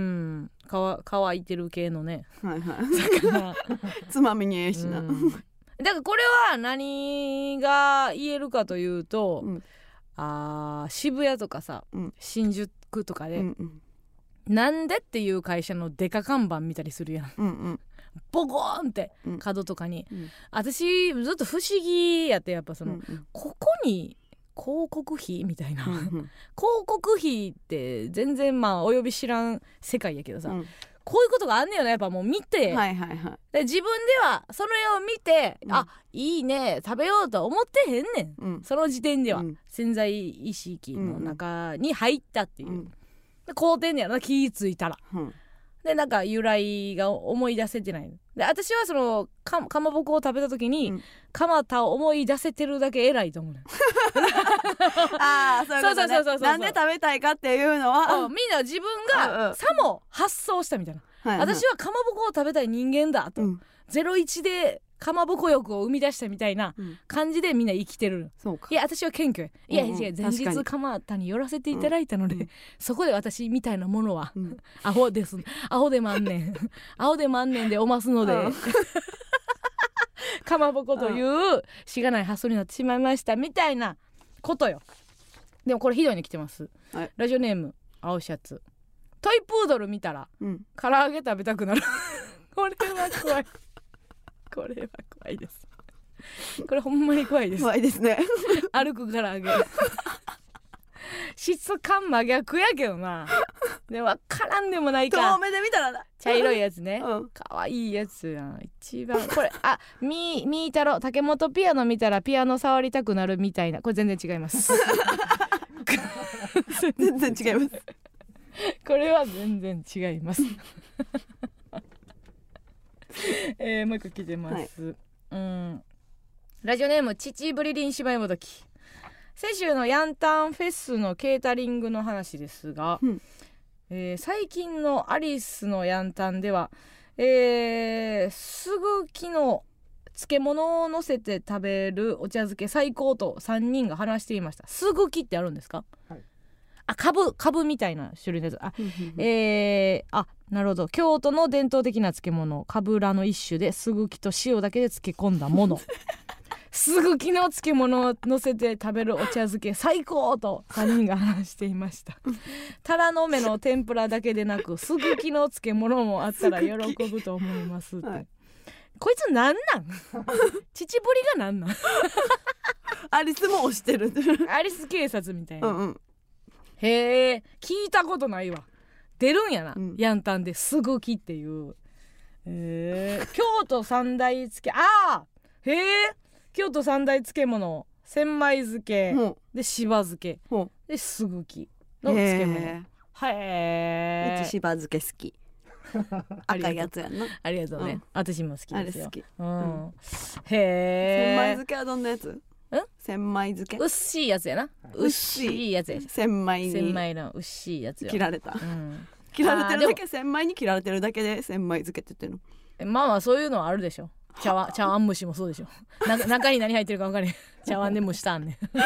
か乾いてる系のね、はいはい、魚つまみにええしな、うん、 だからこれは何が言えるかというと、うん、あ渋谷とかさ、うん、新宿とかで、うんうん、なんでっていう会社のデカ看板見たりするやん、うんうん、ボコーンって角とかに、うん、私ずっと不思議やって、やっぱその、うんうん、ここに広告費みたいな、うんうん、広告費って全然まあおよび知らん世界やけどさ、うん、こういうことがあんねよね、やっぱもう見て、はいはいはい、で自分ではその絵を見て、うん、あいいね食べようとは思ってへんねん、うん、その時点では、うん、潜在意識の中に入ったっていう、うん、で買うてんねやろな、気ぃついたら、うん、でなんか由来が思い出せてない。で私はその か, かまぼこを食べた時に、うん、蒲田を思い出せてるだけ偉いと思うああそういうことね、そうそうそうそうそう、なんで食べたいかっていうのは、 みんな自分がさも発想したみたいな、はいはい、私はかまぼこを食べたい人間だと、うん、ゼロイチでかまぼこ欲を生み出したみたいな感じでみんな生きてる、うん、いや私は謙虚や、いや、うんうん、違う前日蒲田に寄らせていただいたので、うん、そこで私みたいなものは、うん、アホです、アホでもあんねんアホでもあんねんでおますので、うん、かまぼこというしがない発想になってしまいましたみたいなことよ。でもこれひどいに来てます、はい、ラジオネーム青シャツ。トイプードル見たら、うん、唐揚げ食べたくなるこれは怖いこれは怖いです、これほんまに怖いです、 怖いですね歩く唐揚げ質感真逆やけどな、で分からんでもないか、 遠目で見たらな茶色いやつね、うん、かわいいやつやん一番これあみみーたろ竹本ピアノ見たらピアノ触りたくなるみたいな、これ全然違います全然違いますこれは全然違いますえー、もう一個来てます、はい、うんラジオネームチチブリリンシバイモドキ。先週のヤンタンフェスのケータリングの話ですが、うんえー、最近のアリスのヤンタンでは、えー、すぐきの漬物を乗せて食べるお茶漬け最高とさんにんが話していました。すぐきってあるんですか？はい、あ、かぶ、かぶみたいな種類のやつ。あ、えー、あ、なるほど。京都の伝統的な漬物、かぶらの一種ですぐきと塩だけで漬け込んだものすぐきの漬物を乗せて食べるお茶漬け最高とさんにんが話していましたタラの芽の天ぷらだけでなくすぐきの漬物もあったら喜ぶと思いますって、はい、こいつなんなん父ぶりがなんなんアリスも推してるアリス警察みたいな、うんうん、へえ聞いたことないわ。出るんやな、うん、ヤンタンですぐきっていう、へえ京都三大漬け、ああへえ京都三大漬物、千枚漬け、うん、でしば漬け、うん、ですぐきの漬物。へえうちしば漬け好き赤いやつやんな。 ありがとうね、うん、私も好きですよ。あれ好き、うん、へえ千枚漬けはどんなやつ？千枚漬け薄いやつやな。薄いやつや。 千枚に千枚の薄いやつよ。 切られた、うん、切られてるだけ、千枚に切られてるだけで千枚漬けって言ってるの。 まあまあそういうのはあるでしょ。茶碗、茶碗蒸しもそうでしょ。な中に何入ってるか分かんない茶碗で蒸したんねえ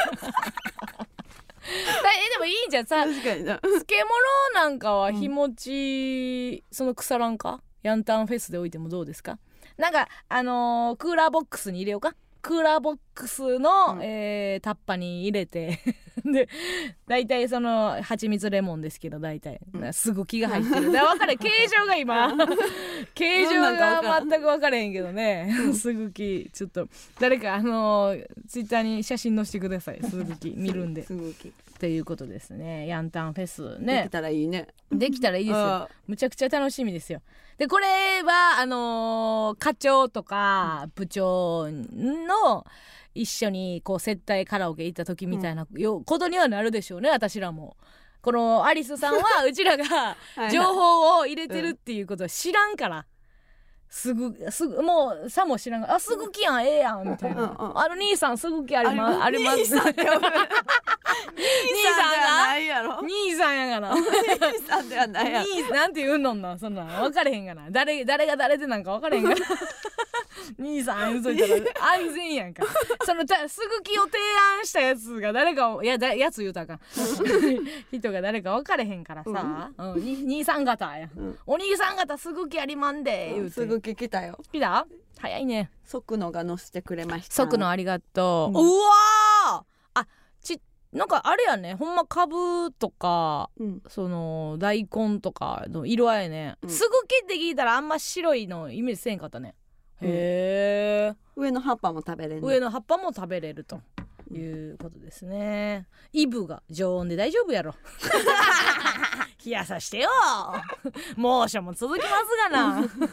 でもいいんじゃんさ。 確かにな。 漬物なんかは日持ち、うん、その腐らんか。ヤンタンフェスで置いてもどうですか。なんかあのー、クーラーボックスに入れようか。クーラーボックスの、うん、えー、タッパに入れてで大体その蜂蜜レモンですけど大体、うん、すぐきが入ってる。だから分かれ形状が今形状が全く分かれへんけどねすぐきちょっと誰かあのー、ツイッターに写真載せてください。すぐき見るんで。すぐきということですね。ヤンタンフェスね。 できたらいいね。 できたらいいですよ。むちゃくちゃ楽しみですよ。でこれはあのー、課長とか部長の一緒にこう接待カラオケ行った時みたいな、うん、よことにはなるでしょうね。私らもこのアリスさんはうちらが情報を入れてるっていうことは知らんから。すぐすぐもうさも知らんがあすぐきやんええやんみたいな、うんうん、あの兄さんすぐきありまあります兄さんって兄さんじゃないやろ。 兄さんやがな兄さんではないやろ。 兄なんて言うのんなそんなん分かれへんがな。誰誰が誰でなんか分かれへんがな兄さん言うといたら安全やんかそのたすぐきを提案したやつが誰かをいやだやつ言うたらあかん人が誰か分かれへんからさ、うんうん、兄さん方や、うん、お兄さん方すぐきありまんで言うて、 すぐき来たよ。 来た早いね。 即のが載せてくれました。 即のありがとう、うん、うわーあちなんかあれやねほんまかぶとか、うん、その大根とかの色合いね、うん、すぐきって聞いたらあんま白いのイメージせんかったね。へえ、 うん、上の葉っぱも食べれる。 上の葉っぱも食べれるということですね。イブが常温で大丈夫やろ冷やさしてよ猛暑も続きますが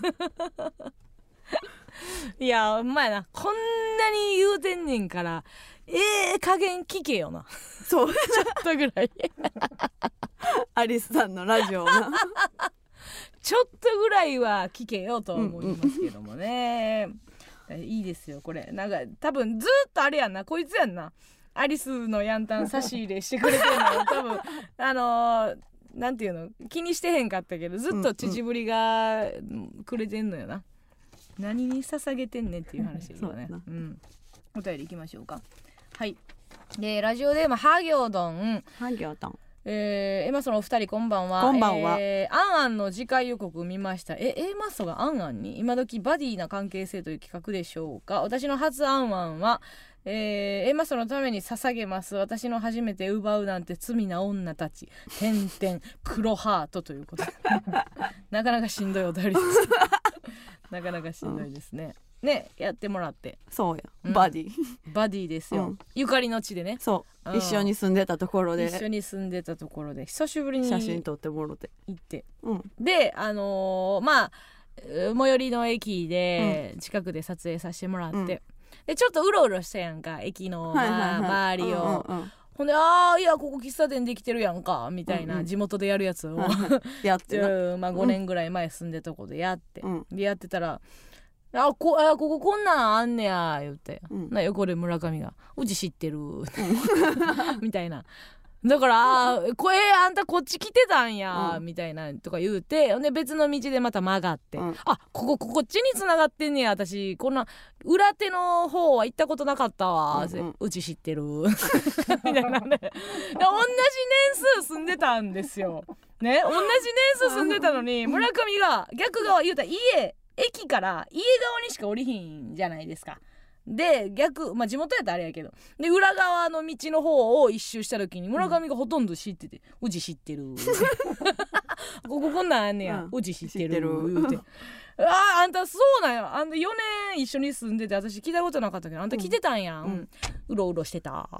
ないやほんまやな。こんなに言うてんねんからええ加減聞けよな。 そうちょっとぐらいアリスさんのラジオなちょっとぐらいは聞けよと思いますけどもね、うんうん、いいですよこれ。なんか多分ずっとあれやんなこいつやんな。アリスのヤンタン差し入れしてくれてるの多分あのー、なんていうの気にしてへんかったけどずっと乳ぶりがくれてんのよな、うんうん、何に捧げてんねんっていう話ですよね、うん、お便りいきましょうか。はい。でラジオネームハギョドンハギョドンえー、エマソのお二人こんばんは。 こんばんは、 えー、アンアンの次回予告見ました。え A マストがアンアンに今時バディな関係性という企画でしょうか。私の初アンアンは、えー、A マストのために捧げます。私の初めて奪うなんて罪な女たちてんてん黒ハートということでなかなかしんどいお便りですなかなかしんどいですね、うん、ねやってもらって。 そうや、うん、バディバディですよ、うん、ゆかりの地でね。 そう、うん、一緒に住んでたところで一緒に住んでたところで久しぶりに写真撮ってもろて行って、 うん、 であのー、まあ最寄りの駅で近くで撮影させてもらって、うん、でちょっとうろうろしたやんか駅の、まあはいはいはい、周りを、うんうんうん、ほんであーいやここ喫茶店できてるやんかみたいな、うんうん、地元でやるやつをやってなまあ、ごねんぐらい前住んでたとこでやって、うん、でやってたらあ こ, あこここんなんあんねや言って、うん、な横で村上がうち知ってる、うん、みたいな。だからあこれあんたこっち来てたんや、うん、みたいなとか言うてで別の道でまた曲がって、うん、あこここっちに繋がってんねや私こんな裏手の方は行ったことなかったわ、うんうん、うち知ってるみたいなね同じ年数住んでたんですよね。同じ年数住んでたのに村上が逆側言うたら家駅から家側にしか降りひんじゃないですか。で逆まあ地元やったらあれやけどで裏側の道の方を一周した時に村上がほとんど知ってて、うん、うち知ってるこここんなんあんねや、うん、うち知ってる言うてあああんたそうなんやあんたよねん一緒に住んでて私聞いたことなかったけどあんた来てたんや、うんうん、うろうろしてた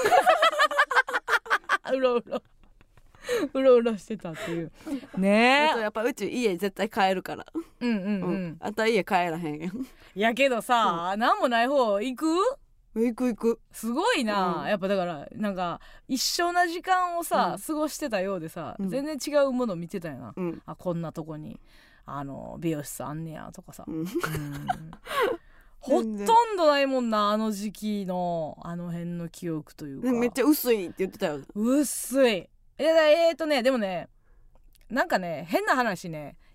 うろうろうろうろしてたっていうねえ。 あとやっぱうち家絶対帰るからうんうんうん、うん、 あんた家帰らへんやんやけどさ、うん、何もない方行く行く行くすごいな、うん、やっぱだからなんか一緒な時間をさ、うん、過ごしてたようでさ、うん、全然違うもの見てたよな、うん、あこんなとこにあの美容室あんねやとかさ、うんうん、ほとんどないもんなあの時期のあの辺の記憶というかめっちゃ薄いって言ってたよ。 薄いえー、えーとねでもねなんかね変な話ね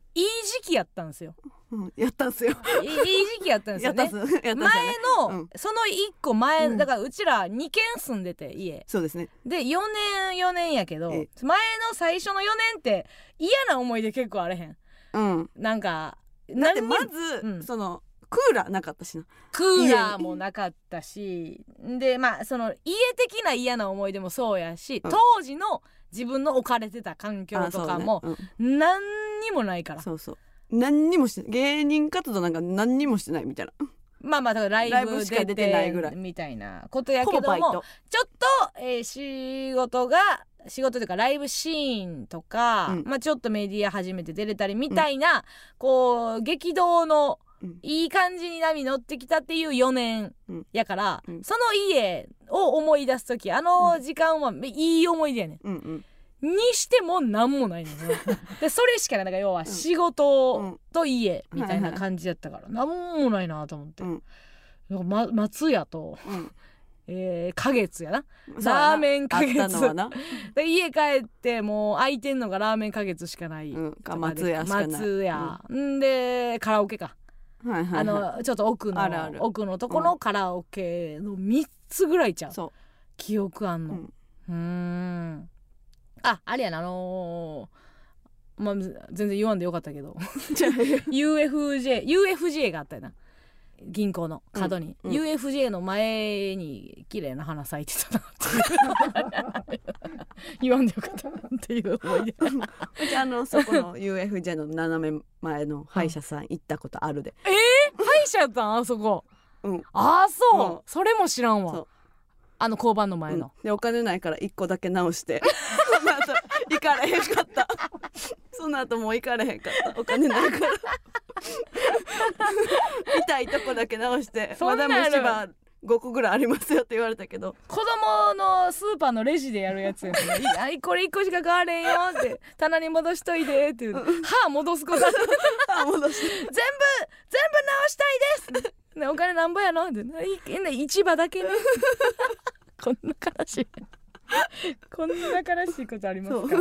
いい時期やったんですよ、 うん、やったんすよいい時期やったんですよね前の、うん、そのいっこまえ、うん、だからうちらにけん住んでて家そうですねでよねんよねんやけど前の最初のよねんって嫌な思い出結構あれへん、うん、なんかだってまず、うん、そのクーラーなかったしなクーラーもなかったしでまあその家的な嫌な思い出もそうやし、うん、当時の自分の置かれてた環境とかも、ねうん、何にもないからそうそう何にもしてない芸人活動なんか何にもしてないみたいなまあまあだからライブ出てないぐらいみたいなことやけどもちょっと、えー、仕事が仕事というかライブシーンとか、うんまあ、ちょっとメディア初めて出れたりみたいな、うん、こう激動のいい感じに波乗ってきたっていうよねんやから、うん、その家を思い出す時あの時間はいい思い出やねん、うんうん、にしても何もないのよでそれしかないなんか要は仕事と家みたいな感じやったから何もないなと思って、うんま、松屋と、うんえー、花月やなラーメン花月で家帰ってもう空いてんのがラーメン花月しかない、うん、 か松屋しかない松屋、うん、んでカラオケかはいはいはい、あのちょっと奥のあるある奥のとこのカラオケのみっつぐらいちゃう、うん、記憶あんの、うん、うーんああれやなあのー、まあ全然言わんでよかったけどユーエフジェー ユーエフジェー があったよな銀行の角に、うんうん、ユーエフジェー の前に綺麗な花咲いてたなって言わんでよかったっていう思い出あのそこの ユーエフジェー の斜め前の歯医者さん行ったことあるで、 えー、歯医者やったんあそこ、うん、ああそう、うん、それも知らんわあの交番の前の、うん、 でお金ないからいっこだけ直してその後行かれへんかったその後もう行かれへんかったお金ないから痛いとこだけ直してまだ虫歯ごこぐらいありますよって言われたけど子供のスーパーのレジでやるやつやから、ね、これいっこしか買われんよって棚に戻しといてっていう、うん、歯戻すこと歯戻し全部全部直したいですね、お金なんぼやのって市場だけねこんな悲しいこんな悲しいことありますか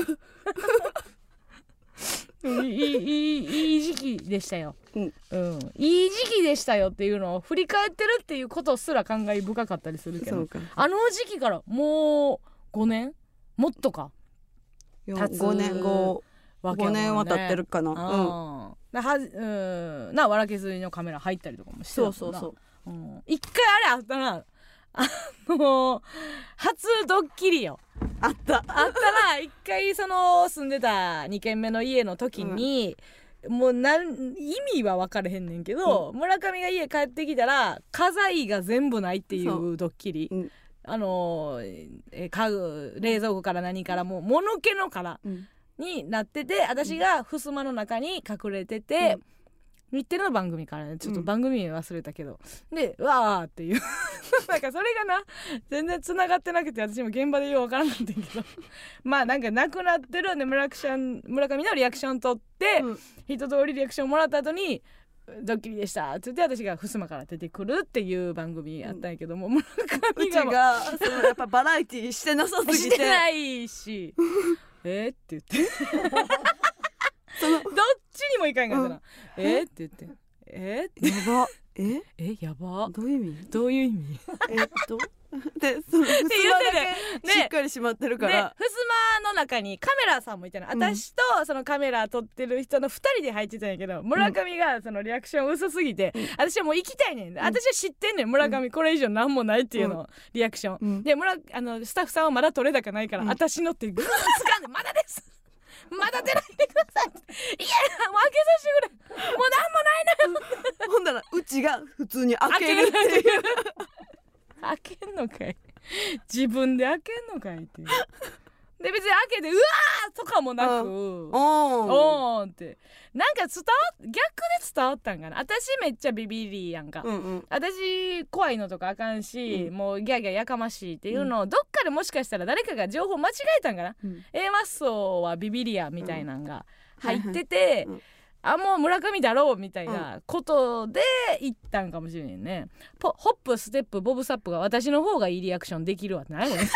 いい, い, い, いい時期でしたよ、うんうん、いい時期でしたよっていうのを振り返ってるっていうことすら感慨深かったりするけどあの時期からもうごねんもっとか経つごねんごわけも、ね、ごねんは経ってるかな、うんはうんなわらけずりのカメラ入ったりとかもしてたもんなそうそうそう、うん、一回あれあったなあの初ドッキリよあったあったな一回その住んでたにけんめの家の時に、うん、もうなん意味は分かれへんねんけど、うん、村上が家帰ってきたら家財が全部ないっていうドッキリ、うん、あのえ家具冷蔵庫から何からもう物気のから、うんになってて私が襖の中に隠れてて、うん、日テレの番組からねちょっと番組名忘れたけど、うん、でわーっていうなんかそれがな全然つながってなくて私も現場でようわからなかったけどまあなんかなくなってるんで村上のリアクション取って、うん、一通りリアクションもらった後にドッキリでしたって言って私が襖から出てくるっていう番組やったんやけども、うん、村上がうちがそのやっぱバラエティしてなさすぎてしてないしえー、って言ってそのどっちにもいかんかったな、うん、えー、って言ってえー、ってやばええやばどういう意味どういう意味えっとでその襖だけしっかり閉まってるから、 ね、襖の中にカメラさんもいたの、うん、私とそのカメラ撮ってる人のふたりで入ってたんやけど村上がそのリアクション薄すぎて、うん、私はもう行きたいねん、うん、私は知ってんねん村上これ以上なんもないっていうの、うん、リアクション、うん、で村あのスタッフさんはまだ撮れ高ないから、うん、私のってグーッ掴んでまだですまだ出ないでくださいいやもう開けさせてくれもうなんもないのよほんだらうちが普通に開けるっていう開けんのかい自分で開けんのかいっていうで別に開けてうわーとかもなくおーんってなんか伝わ逆で伝わったんかな私めっちゃビビりやんか、うんうん、私怖いのとかあかんし、うん、もうギャーギャーやかましいっていうのをどっかでもしかしたら誰かが情報間違えたんかな、うん、A マッソはビビりやみたいなのが入ってて、うんはいはいあもう村上だろうみたいなことで言ったんかもしれんね、うん、ホップステップボブサップが私の方がいいリアクションできるわってないよね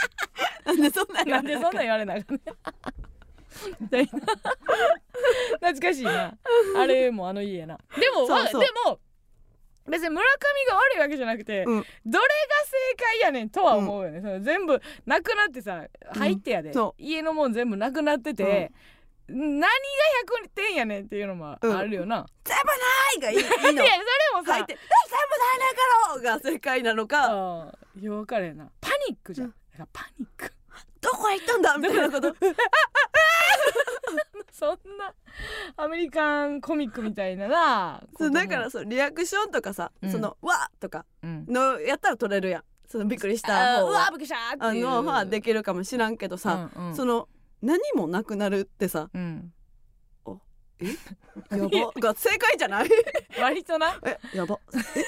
なんでそんななんでそんな言われなかっただって懐かしいなあれもあの家やな。でもそうそうでも別に村上が悪いわけじゃなくて、うん、どれが正解やねんとは思うよね、うん、その全部なくなってさ入ってやで、うん、家のもん全部なくなってて、うん、何がひゃくてんやねんっていうのもあるよな、うん、 全部ないがいいのいやそれもさ全部ないねんからが正解なのかあいや分かれへんな。パニックじゃん、うん、パニックどこへ行ったんだみたいなことそんなアメリカンコミックみたいなな。 そうだからそうリアクションとかさ、うん、そのわとかのやったら撮れるやん。そのびっくりした方うわびっくりしたっていうあのはできるかもしらんけどさ、うんうん、その何もなくなるってさ、うん、おえやばが正解じゃない割となえやば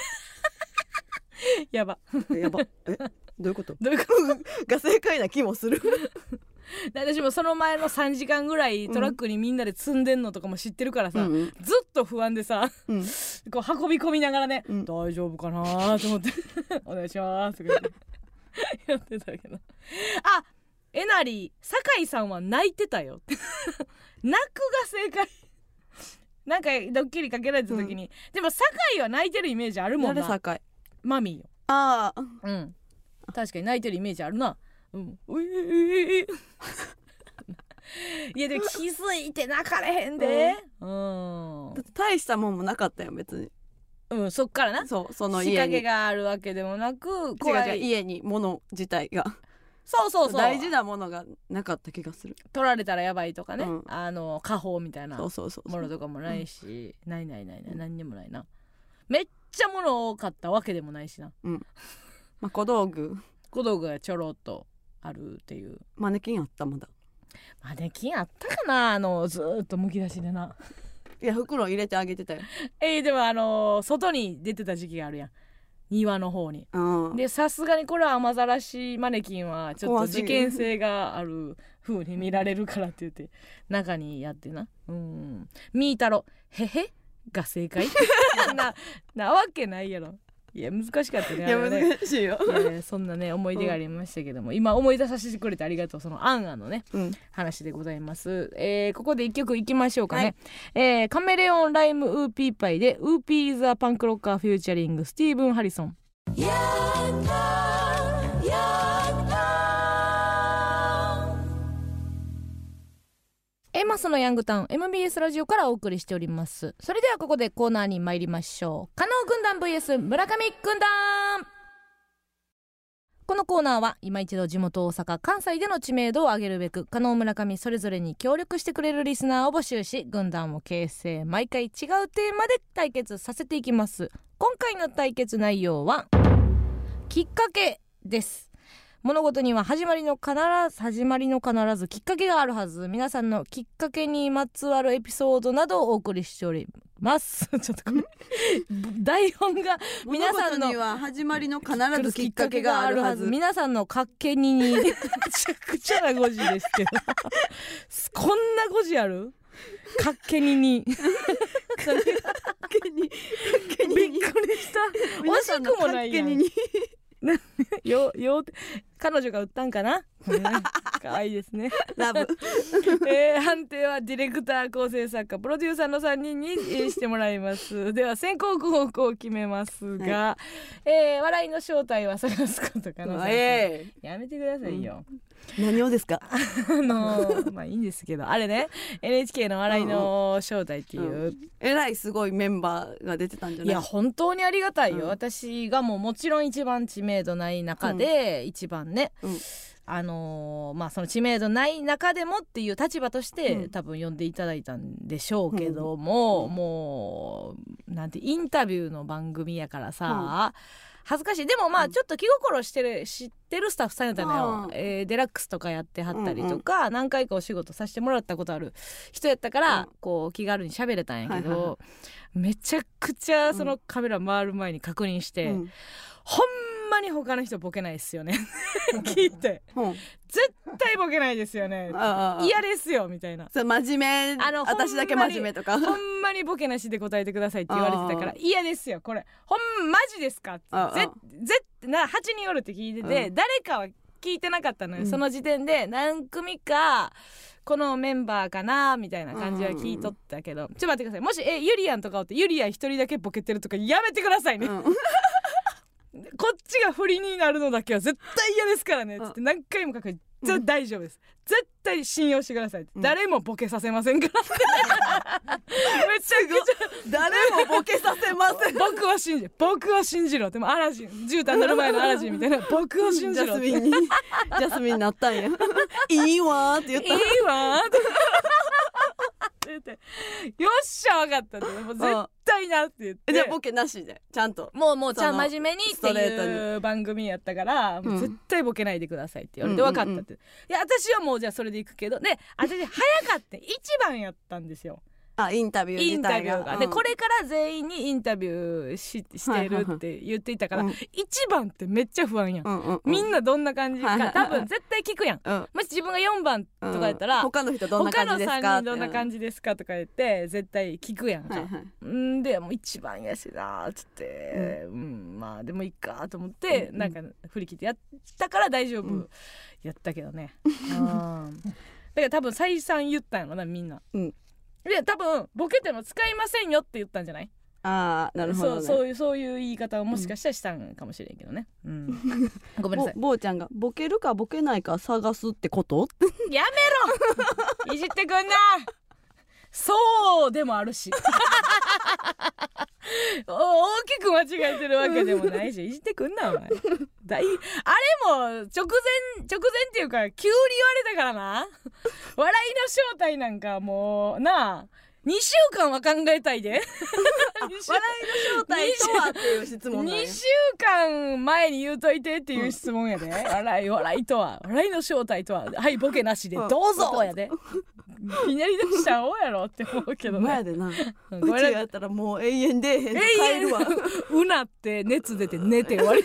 やばやばえどういうことどういうことが正解な気もする私もその前のさんじかんぐらいトラックにみんなで積んでんのとかも知ってるからさ、うんうん、ずっと不安でさ、うん、こう運び込みながらね、うん、大丈夫かなと思ってお願いしますとかやってたけどあえなり酒井さんは泣いてたよ泣くが正解なんかドッキリかけられた時に、うん、でも酒井は泣いてるイメージあるもんな。 誰酒井マミーよ。 ああうん確かに泣いてるイメージあるな。うん、ういいやでも気づいて泣かれへんで、うん、 だって大したもんもなかったよ別に。 うんそっからなそうその家に仕掛けがあるわけでもなく怖い家に物自体がそうそうそう大事なものがなかった気がする。 取られたらやばいとかね、うん、あの家宝みたいなものとかもないし、うん、ないないないない何にもないな。めっちゃ物多かったわけでもないしな、 うんまあ、小道具小道具がちょろっとあるっていう。 マネキンあったまだマネキンあったかなあのずーっとむき出しでな。 いや袋入れてあげてたよえー、でもあのー、外に出てた時期があるやん庭の方に。でさすがにこれは雨ざらしマネキンはちょっと事件性がある風に見られるからって言って中にやってな。うんみーたろへへが正解な, なわけないやろ。いや難しかったね。 いや難しいよ。 いやそんなね思い出がありましたけども、うん、今思い出させてくれてありがとう。そのアンアンのね、うん、話でございます、えー、ここで一曲いきましょうかね、はいえー、カメレオンライムウーピーパイでウーピーザパンクロッカーフューチャリングスティーブン・ハリソン。やったやったエマスのヤングタウン エムビーエス ラジオからお送りしております。それではここでコーナーに参りましょう。加納軍団 ブイエス 村上軍団。このコーナーは今一度地元大阪関西での知名度を上げるべく加納村上それぞれに協力してくれるリスナーを募集し軍団を形成、毎回違うテーマで対決させていきます。今回の対決内容はきっかけです。物事には始まりの必ず始まりの必ずきっかけがあるはず。皆さんのきっかけにまつわるエピソードなどをお送りしておりますちょっとこれ台本が皆さんの物事には始まりの必ずきっかけがあるはず。 皆さんのかっけににめちゃくちゃな語字ですけどこんな語字あるかっけににびっくりした惜しくもないやんよよ彼女が売ったんかな可愛いですねラブ、 えー、判定はディレクター構成作家プロデューサーのさんにんに、えー、してもらいますでは先行後攻を決めますが、はいえー、笑いの正体は探すことかな、えー、やめてくださいよ、 うん、何をですかあのまあいいんですけどあれね エヌエイチケー の笑いの正体っていう、うんうん、 えらいすごいメンバーが出てたんじゃない。 いや本当にありがたいよ、うん、私がもうもちろん一番知名度ない中で、うん、一番ね、うんあのー、まあその知名度ない中でもっていう立場として、うん、多分呼んでいただいたんでしょうけども、うん、もうなんてインタビューの番組やからさ、うん、恥ずかしい。でもまあちょっと気心してる知ってるスタッフさんやったのよ、うんえー、デラックスとかやってはったりとか、うんうん、何回かお仕事させてもらったことある人やったから、うん、こう気軽に喋れたんやけど、はいはいはい、めちゃくちゃそのカメラ回る前に確認して、うん、ほんほんまに他の人ボケないっすよね聞いて、うん、絶対ボケないですよね嫌ですよみたいな。 そう真面目あの私だけ真面目とかほんまにボケなしで答えてくださいって言われてたから嫌ですよこれほんマジですかってぜぜなはちにんおるって聞いてて誰かは聞いてなかったのよ、 うん、 その時点で何組かこのメンバーかなみたいな感じは聞いとったけど、うんうんうん、ちょっと待ってください。もしえゆりやんとかおってゆりやん一人だけボケてるとかやめてくださいね、うん、こっちが不利になるのだけは絶対嫌ですからねつって何回も書く、うん大丈夫です、絶対信用してください、うん、誰もボケさせませんからめちゃくちゃ誰もボケさせません僕は信じ僕は信じろ。でもアラジン絨毯になる前のアラジンみたいな僕は信じろジャスミンにジャスミンになったんやいいわーって言ったいいわーって言ってよっしゃ分かったってもう絶対なって言ってじゃあボケなしでちゃんともうもうちゃん真面目にっていう番組やったから、うん、もう絶対ボケないでくださいって言われて、うん、分かったって、うんうんうん、いや私はもうじゃあそれでいくけどで私早かって一番やったんですよ。 あインタビュー自体がインタビューが、うん、でこれから全員にインタビュー し, してるって言っていたから、はいはいはい、一番ってめっちゃ不安やん、うんうんうん、みんなどんな感じか、はいはいはい、多分絶対聞くやん、うん、もし自分がよんばんとかやったら、 うん、他の人どんな感じですか他のさんにんどんな感じですかとか言って絶対聞くやんか、はいはい、んでもう一番やしなーっつって、うん、うん、まあでもいいかと思って、うん、なんか振り切ってやったから大丈夫、うん、やったけどね、うん、だから多分再三言ったんやろなみんな、うんで多分ボケても使いませんよって言ったんじゃない？ ああなるほど、ね、 そうそういうそういう言い方をもしかしたらしたんかもしれんけどね、うん、ごめんなさい。 ぼうちゃんがボケるかボケないか探すってことやめろいじってくんなそうでもあるし大きく間違えてるわけでもないしいじってくんなお前だいあれも直前直前っていうか急に言われたからな笑いの正体なんかもうなあにしゅうかんは考えたいで笑いの正体とはっていう質問なんやにしゅうかんまえに言うといてっていう質問やで、うん、笑い笑いとは笑いの正体とははいボケなしでどうぞやでひねり出しちゃおうやろって思うけどね。 前でなうちやったらもう永遠出えへんと帰るわうなって熱出て寝て終わり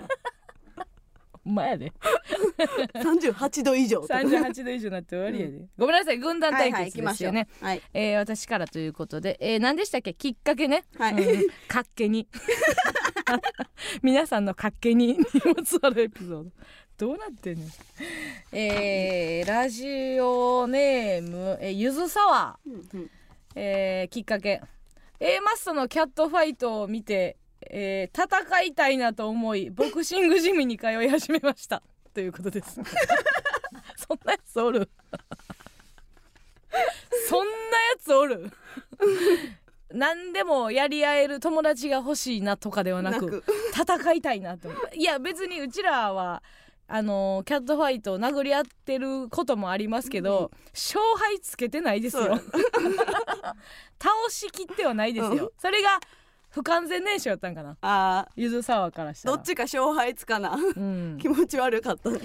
前やでさんじゅうはちど以上さんじゅうはちど以上になって終わりやで、うん、ごめんなさい軍団対決ですよね、 はいはいえー、私からということで、えー、何でしたっけきっかけね、 はいうん、かっけに皆さんのかっけににまつわるエピソードどうなってんねん、えー、ラジオネーム、えー、ゆずサワー、うんうんえー、きっかけ A マッソのキャットファイトを見て、えー、戦いたいなと思いボクシングジムに通い始めましたということですそんなやつおるそんなやつおる何でもやり合える友達が欲しいなとかではなく戦いたいなと思う。いや別にうちらはあのキャットファイトを殴り合ってることもありますけど、うん、勝敗つけてないですよ倒しきってはないですよ、うん、それが不完全燃焼やったんかなあゆずサワーからしたらどっちか勝敗つかな、うん、気持ち悪かった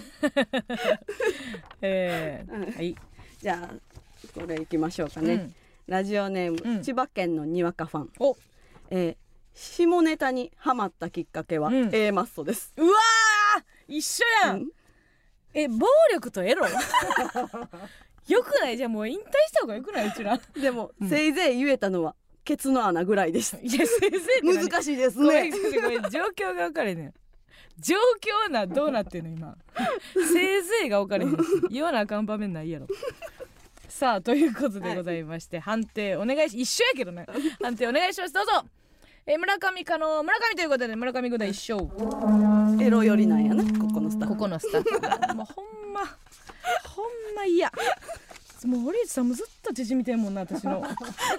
えーうん、はいじゃあこれいきましょうかね、うん、ラジオネーム、うん、千葉県のにわかファンお、えー、下ネタにハマったきっかけは、うん、A マッソです。 うわ一緒やん、うん、え暴力とエロよくないじゃあもう引退した方がよくないうちらでも、うん、せいぜい言えたのはケツの穴ぐらいです。 いやせいぜい難しいですね状況が分かれねん状況などうなってんの今せいぜいが分かれへんし言わなあかん場面ないやろさあということでございまして、はい、判定お願いし一緒やけどね判定お願いしますどうぞ。えー、村上かの村上ということで村上軍団一勝エロ寄りなんやなここのスタッフここのスタッフもうほんまほんま嫌もう堀内さんもずっと縮みてんもんな私の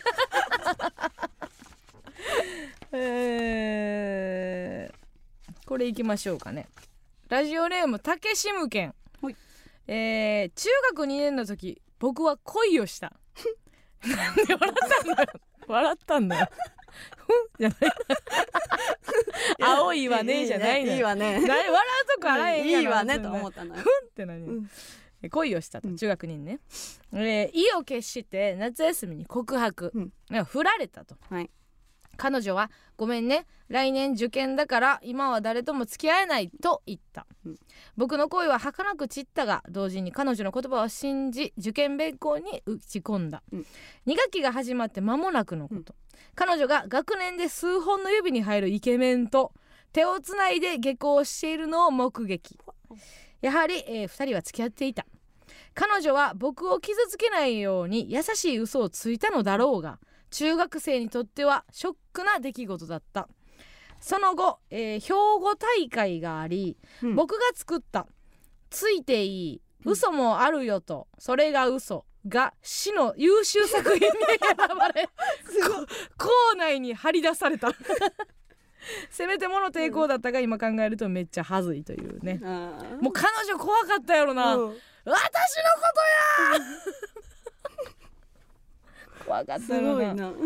えー、これいきましょうかね。ラジオネームたけしむけん、えー、中学にねんの時僕は恋をしたなんで笑ったんだよ笑ったんだよじゃない青いわねじゃないのいいわね笑うとこあらへんやいいわねと思ったのよふんって何、うん、恋をしたと中学にね、うんえー、意を決して夏休みに告白、うん、振られたと、はい、彼女はごめんね来年受験だから今は誰とも付き合えないと言った、うん、僕の恋は儚く散ったが同時に彼女の言葉を信じ受験勉強に打ち込んだ、うん、に学期が始まって間もなくのこと、うん、彼女が学年で数本の指に入るイケメンと手をつないで下校しているのを目撃。 やはり、えー、ふたりは付き合っていた。彼女は僕を傷つけないように優しい嘘をついたのだろうが、中学生にとってはショックな出来事だった。その後、えー、兵庫大会があり、うん、僕が作ったついていい嘘もあるよと、それが嘘が市の優秀作品に選ばれ校内に張り出されたせめてもの抵抗だったが、今考えるとめっちゃ恥ずいというね。もう彼女怖かったやろな、うん、私のことや怖かったやろな。すごいな、うん、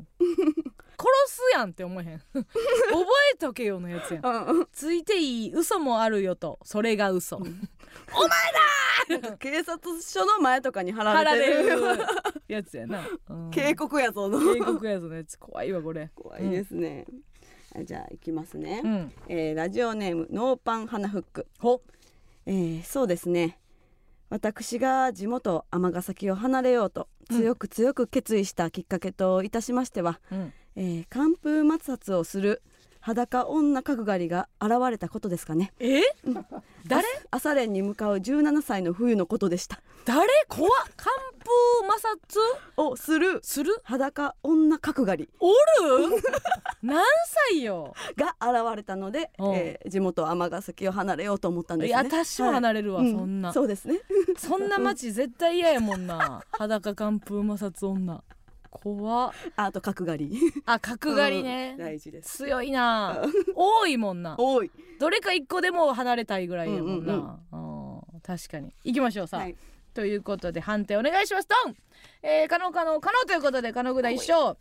殺すやんって思えへん覚えとけよのやつやんついていい嘘もあるよと、それが嘘、うん、お前だ警察署の前とかに貼られてるやつやな、 うん、警告やぞの警告やぞのやつ怖いわこれ。 怖いですね、うん、じゃあいきますね、うん、えー、ラジオネームノーパン花フック。ほ、えー、そうですね、私が地元尼崎を離れようと強く強く決意したきっかけといたしましては、うん、えー、寒風抹殺をする裸女角刈りが現れたことですかね。 え、うん、誰？ 朝練に向かうじゅうななさいの冬のことでした。 誰？怖っ。寒風摩擦をするする裸女角刈りおる何歳よが現れたので、えー、地元尼崎を離れようと思ったんですね。 私も離れるわ、はい、そんな、 うん、そうですねそんな街絶対嫌やもんな裸寒風摩擦女怖っ。 あと角刈りあ、角刈りね、うん、 大事です。 強いな多いもんな。 多い。 どれか一個でも離れたいぐらいやもんな、うんうんうん、確かに。行きましょうさ、はい、ということで判定お願いします。ドン、えー、可能可能可能ということで可能ぐらい一緒。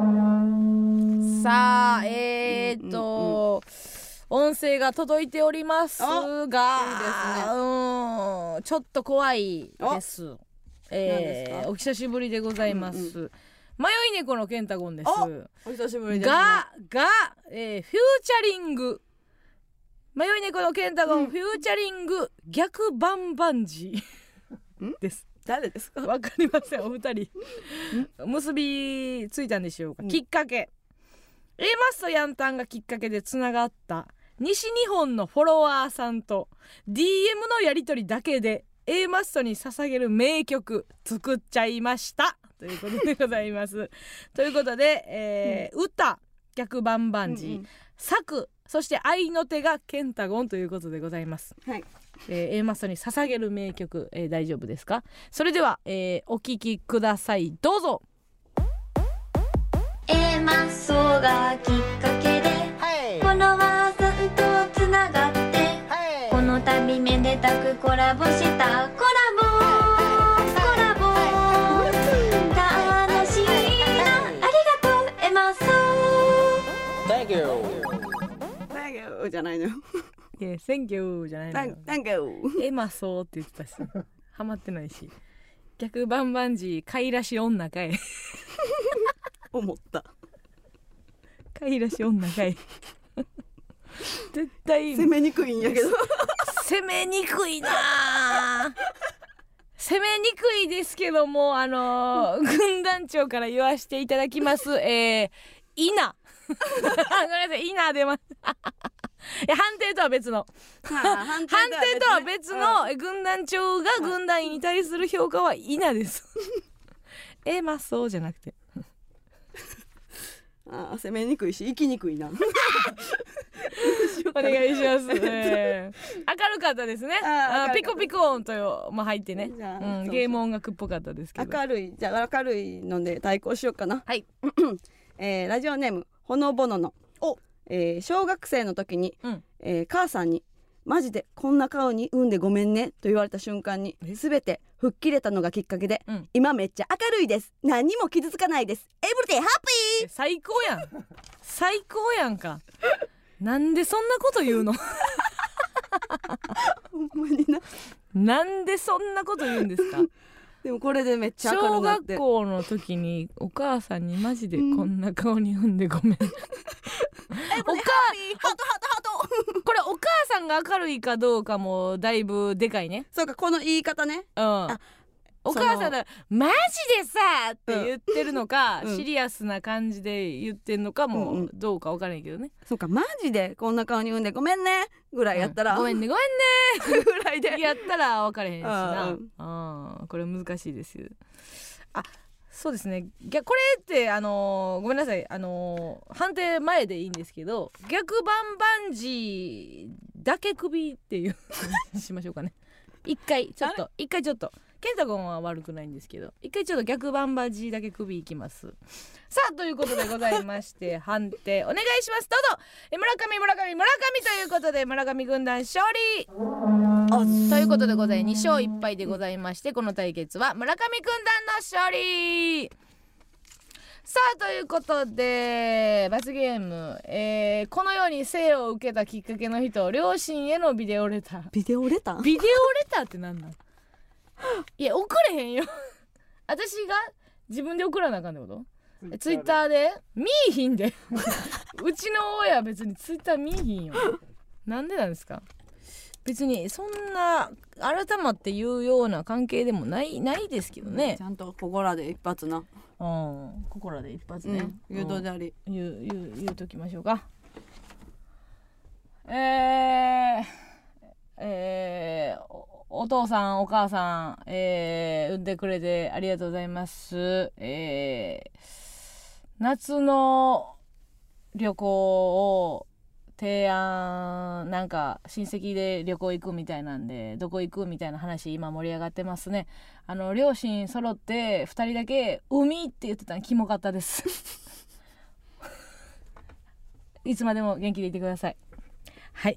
さあえーっと、うんうんうん、音声が届いておりますが、いいですね、うん、ちょっと怖いです。えー、お久しぶりでございます、うんうん、迷い猫のケンタゴンです。 お久しぶりです、ね、 がが、えー、フューチャリング迷い猫のケンタゴン、うん、フューチャリング逆バンバンジーです。 誰ですか？ わかりません。お二人結びついたんでしょうか、うん、きっかけ A マスとヤンタンがきっかけでつながった西日本のフォロワーさんと ディーエム のやり取りだけでA マストに捧げる名曲作っちゃいましたということでございますということで、えーうん、歌逆バンバンジー、うんうん、作そして愛の手がケンタゴンということでございます、はい、えー、A マストに捧げる名曲、えー、大丈夫ですか？それでは、えー、お聴きください。どうぞ。 A マストがきっかけで、はい、フォロワーさんとつながって、はい、この度めでたくコラボしたコラボ、はい、コラボ、はい、楽しいな、はい、ありがとう A マスト Thank you Thank you じゃないのよいや Thank you じゃないのよ Thank you エマソーって言ってたしハマってないし逆バンバンジー飼いらし女かい思った飼いらし女かい絶対攻めにくいんやけど攻めにくいな攻めにくいですけども、あのー、軍団長から言わせていただきます。えー、イナごめんなさい、イナ出ますいや判定とは別の判定とは別の軍団長が軍団員に対する評価はイナですえまあそうじゃなくてあ攻めにくいし生きにくいなお願いします、えー、明るかったですね。ああピコピコ音とも入ってね、うん、ゲーム音楽っぽかったですけど。 明るいじゃあ明るいので対抗しようかな。はい、えー、ラジオネームほのぼののお、えー、小学生の時に、うんえー、母さんにマジでこんな顔に産んでごめんねと言われた瞬間に全て吹っ切れたのがきっかけで、うん、今めっちゃ明るいです。何にも傷つかないです。エブリデイハッピー。 最高やん最高やんかなんでそんなこと言うのほんまにななんでそんなこと言うんですかでもこれでめっちゃ明るくなって、 小学校の時にお母さんにマジでこんな顔に産んでごめん、うん、お母ハートハートハートこれお母さんが明るいかどうかもだいぶでかいね。 そうかこの言い方ね、うん、あお母さんがマジでさって言ってるのか、うん、シリアスな感じで言ってんのかも、うん、どうか分からんけどね。 そうか、マジでこんな顔に言うんでごめんねぐらいやったら、 うん、ごめんねごめんねぐらいでやったら分からへんしな、 うん、 あこれ難しいですよ。あそうですね、逆これってあのー、ごめんなさい、あのー、判定前でいいんですけど、逆バンバンジーだけ首っていうしましょうかね。一回ちょっと一回ちょっとケンタゴンは悪くないんですけど、一回ちょっと逆バンバンジーだけ首いきます。さあということでございまして判定お願いします。どうぞ。え村上村上村上ということで村上軍団勝利ということでございに勝いっぱいでございまして、この対決は村上軍団の勝利。さあということで罰ゲーム、えー、このように生を受けたきっかけの人、両親へのビデオレター。 ビデオレタービデオレターって何なの？いや送れへんよ私が自分で送らなあかんってこと？ツイッターで見いひんでうちの親別にツイッター見いひんよ。なんでなんですか？別にそんな改まって言うような関係でもないないですけどね。 ちゃんとここらで一発な、 うん、ここらで一発ね、 うん、誘導であり、 うん、言う言う言うときましょうか。えーえー、お, お父さんお母さん、えー、産んでくれてありがとうございます。えー、夏の旅行を提案、なんか親戚で旅行行くみたいなんで、どこ行くみたいな話今盛り上がってますね。あの両親揃ってふたりだけ海って言ってたのキモかったですいつまでも元気でいてください。はい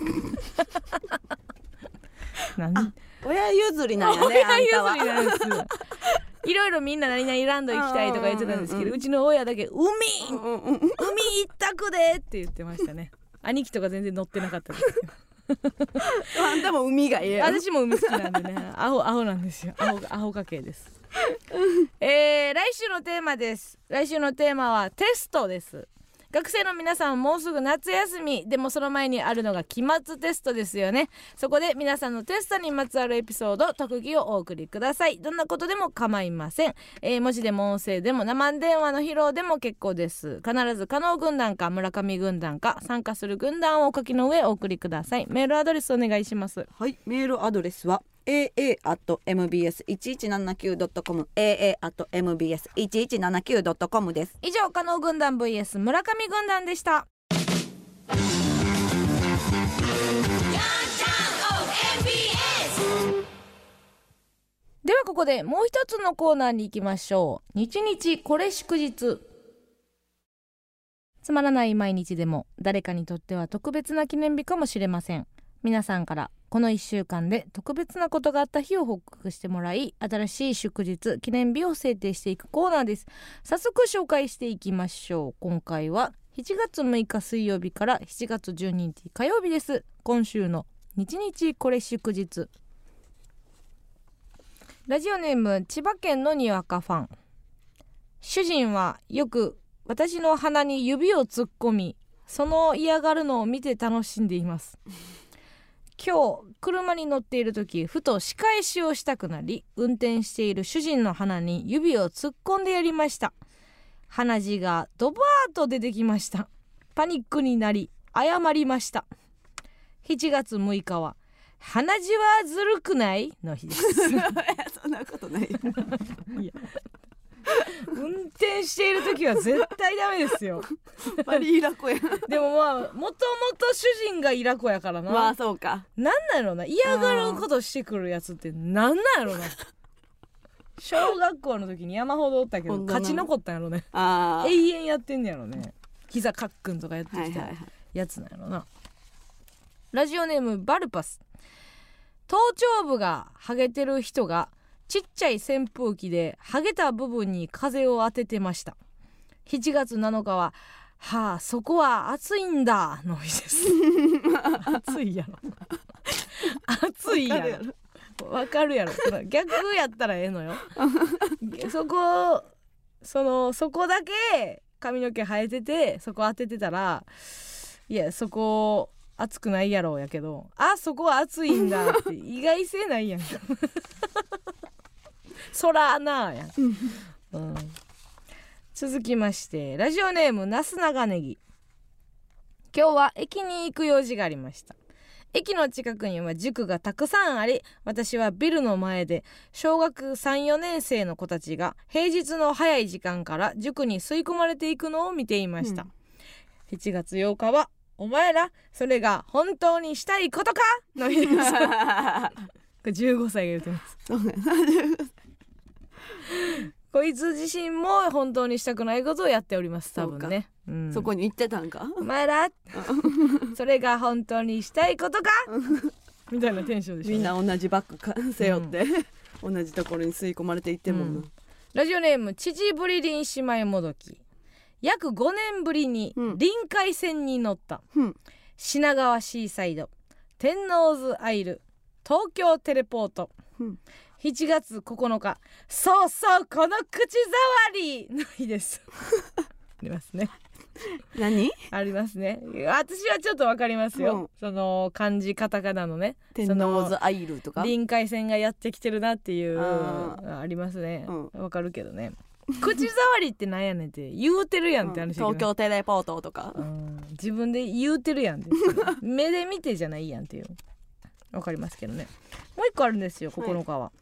なん親譲りなんやね親譲りなんですいろいろみんな何々ランド行きたいとか言ってたんですけど、うんうんうん、うちの親だけ海、うんうんうん、海一択でって言ってましたね。兄貴とか全然乗ってなかったですあんたも海がいいやろ。 私も海好きなんでねアホアホなんですよ。アホアホ家系ですえー、来週のテーマです。来週のテーマはテストです。学生の皆さんもうすぐ夏休みでも、その前にあるのが期末テストですよね。そこで皆さんのテストにまつわるエピソード、特技をお送りください。どんなことでも構いません、えー、文字でも音声でも生電話の披露でも結構です。必ず加納軍団か村上軍団か参加する軍団をお書きの上お送りください。メールアドレスお願いします。 はい、メールアドレスはエーエー アット エムビーエス いちいちななきゅう ドットコム エーエー アット エムビーエス いちいちななきゅう ドットコム です。 以上、加納軍団 ブイエス 村上軍団でした。ではここでもう一つのコーナーに行きましょう。日日これ祝日。つまらない毎日でも誰かにとっては特別な記念日かもしれません。皆さんからこのいっしゅうかんで特別なことがあった日を報告してもらい、新しい祝日記念日を制定していくコーナーです。早速紹介していきましょう。今回はしちがつむいか水曜日からしちがつじゅうににち火曜日です。今週の日日これ祝日。ラジオネーム千葉県のにわかファン。主人はよく私の鼻に指を突っ込み、その嫌がるのを見て楽しんでいます今日車に乗っている時、ふと仕返しをしたくなり、運転している主人の鼻に指を突っ込んでやりました。鼻血がドバーッと出てきました。パニックになり謝りました。しちがつむいかは鼻血はずるくないの日ですそんなことないいや運転している時は絶対ダメですよバリイラコやでもまあもともと主人がイラコやからな。 まあそうか。 なんなんやろな、嫌がることしてくるやつってなんなんやろな小学校の時に山ほどおったけど勝ち残ったんやろね。あ永遠やってんねやろね。膝カックンとかやってきたやつなんやろな、はいはいはい。ラジオネームバルパス。頭頂部がハゲてる人がちっちゃい扇風機でハゲた部分に風を当ててました。しちがつなのかははあそこは暑いんだの日です暑いやろ暑いやろわかるやろ。逆やったらええのよそこそのそこだけ髪の毛生えててそこ当ててたら、いやそこ暑くないやろうやけど、あそこは暑いんだって意外性ないやんそらなや、うん、続きましてラジオネームなす長ネギ。今日は駅に行く用事がありました。駅の近くには塾がたくさんあり、私はビルの前で小学 さん,よ 年生の子たちが平日の早い時間から塾に吸い込まれていくのを見ていました、うん、しちがつようかはお前らそれが本当にしたいことかの日ですこれじゅうごさいが言ってますこいつ自身も本当にしたくないことをやっております多分ね。 そ,、うん、 そこに行ってたんかお前らそれが本当にしたいことかみたいなテンションでしょ、ね、 みんな同じバッグか背負って、うん、同じところに吸い込まれていってもんな、うん、 ラジオネームチジブリリン姉妹もどき。約ごねんぶりに臨海線に乗った、うん、品川シーサイド、天王洲アイル、東京テレポート、うん、しちがつここのか、そうそうこの口触りの日ですありますね。 何ありますね。私はちょっとわかりますよ、うん、その漢字カタカナのね、 天王洲アイルとか臨海線がやってきてるなっていう あ, ありますね、うん、わかるけどね口触りってなんやねんって言うてるやんって話、 うん、東京テレポートとか、 うん、自分で言うてるやんって目で見てじゃないやんっていうわかりますけどね。もう一個あるんですよここのかは、はい、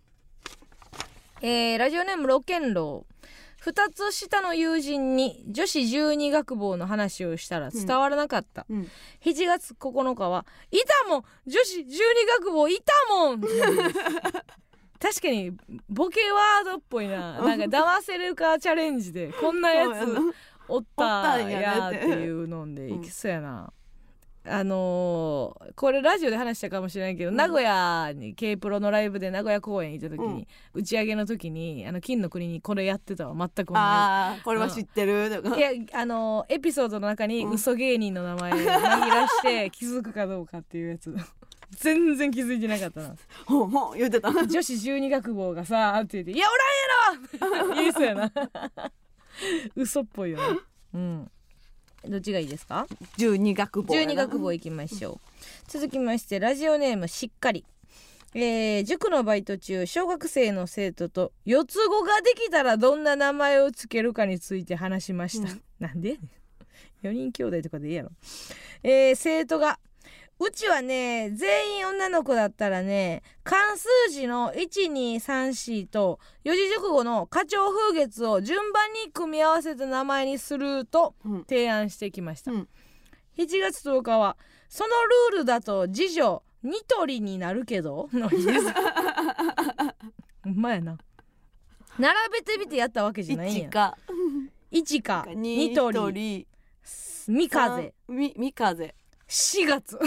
えー、ラジオネームロケンロー。ふたつ下の友人に女子十二学坊の話をしたら伝わらなかった、うんうん、しちがつここのかはいたもん女子十二学坊いたもん確かにボケワードっぽいな。なんか騙せるかチャレンジでこんなやつおったんやっていうのでいきそうやな、うん、あのー、これラジオで話したかもしれないけど、うん、名古屋に K プロのライブで名古屋公演行った時に、うん、打ち上げの時にあの金の国にこれやってたわ全く同じ。 あーこれは知ってるとか、 いやあのー、エピソードの中に嘘芸人の名前紛らして気づくかどうかっていうやつ全然気づいてなかったな。 ほうほう言ってた女子十二学坊がさーって言っていやおらんやろ言いそうやな嘘っぽいよね。うんどっちがいいですか。 十二学坊十二学坊いきましょう続きましてラジオネームしっかり、えー、塾のバイト中小学生の生徒と四つ子ができたらどんな名前をつけるかについて話しました、うん、なんでよにん兄弟とかでいいやろ、えー、生徒がうちはね全員女の子だったらね漢数字のいちにさんしと四字熟語の花鳥風月を順番に組み合わせた名前にすると提案してきました、うん、しちがつとおかはそのルールだと次女ニトリになるけどの日ですほんまやな。並べてみてやったわけじゃないんや。いちかいちかニトリみかぜみみかぜしがつ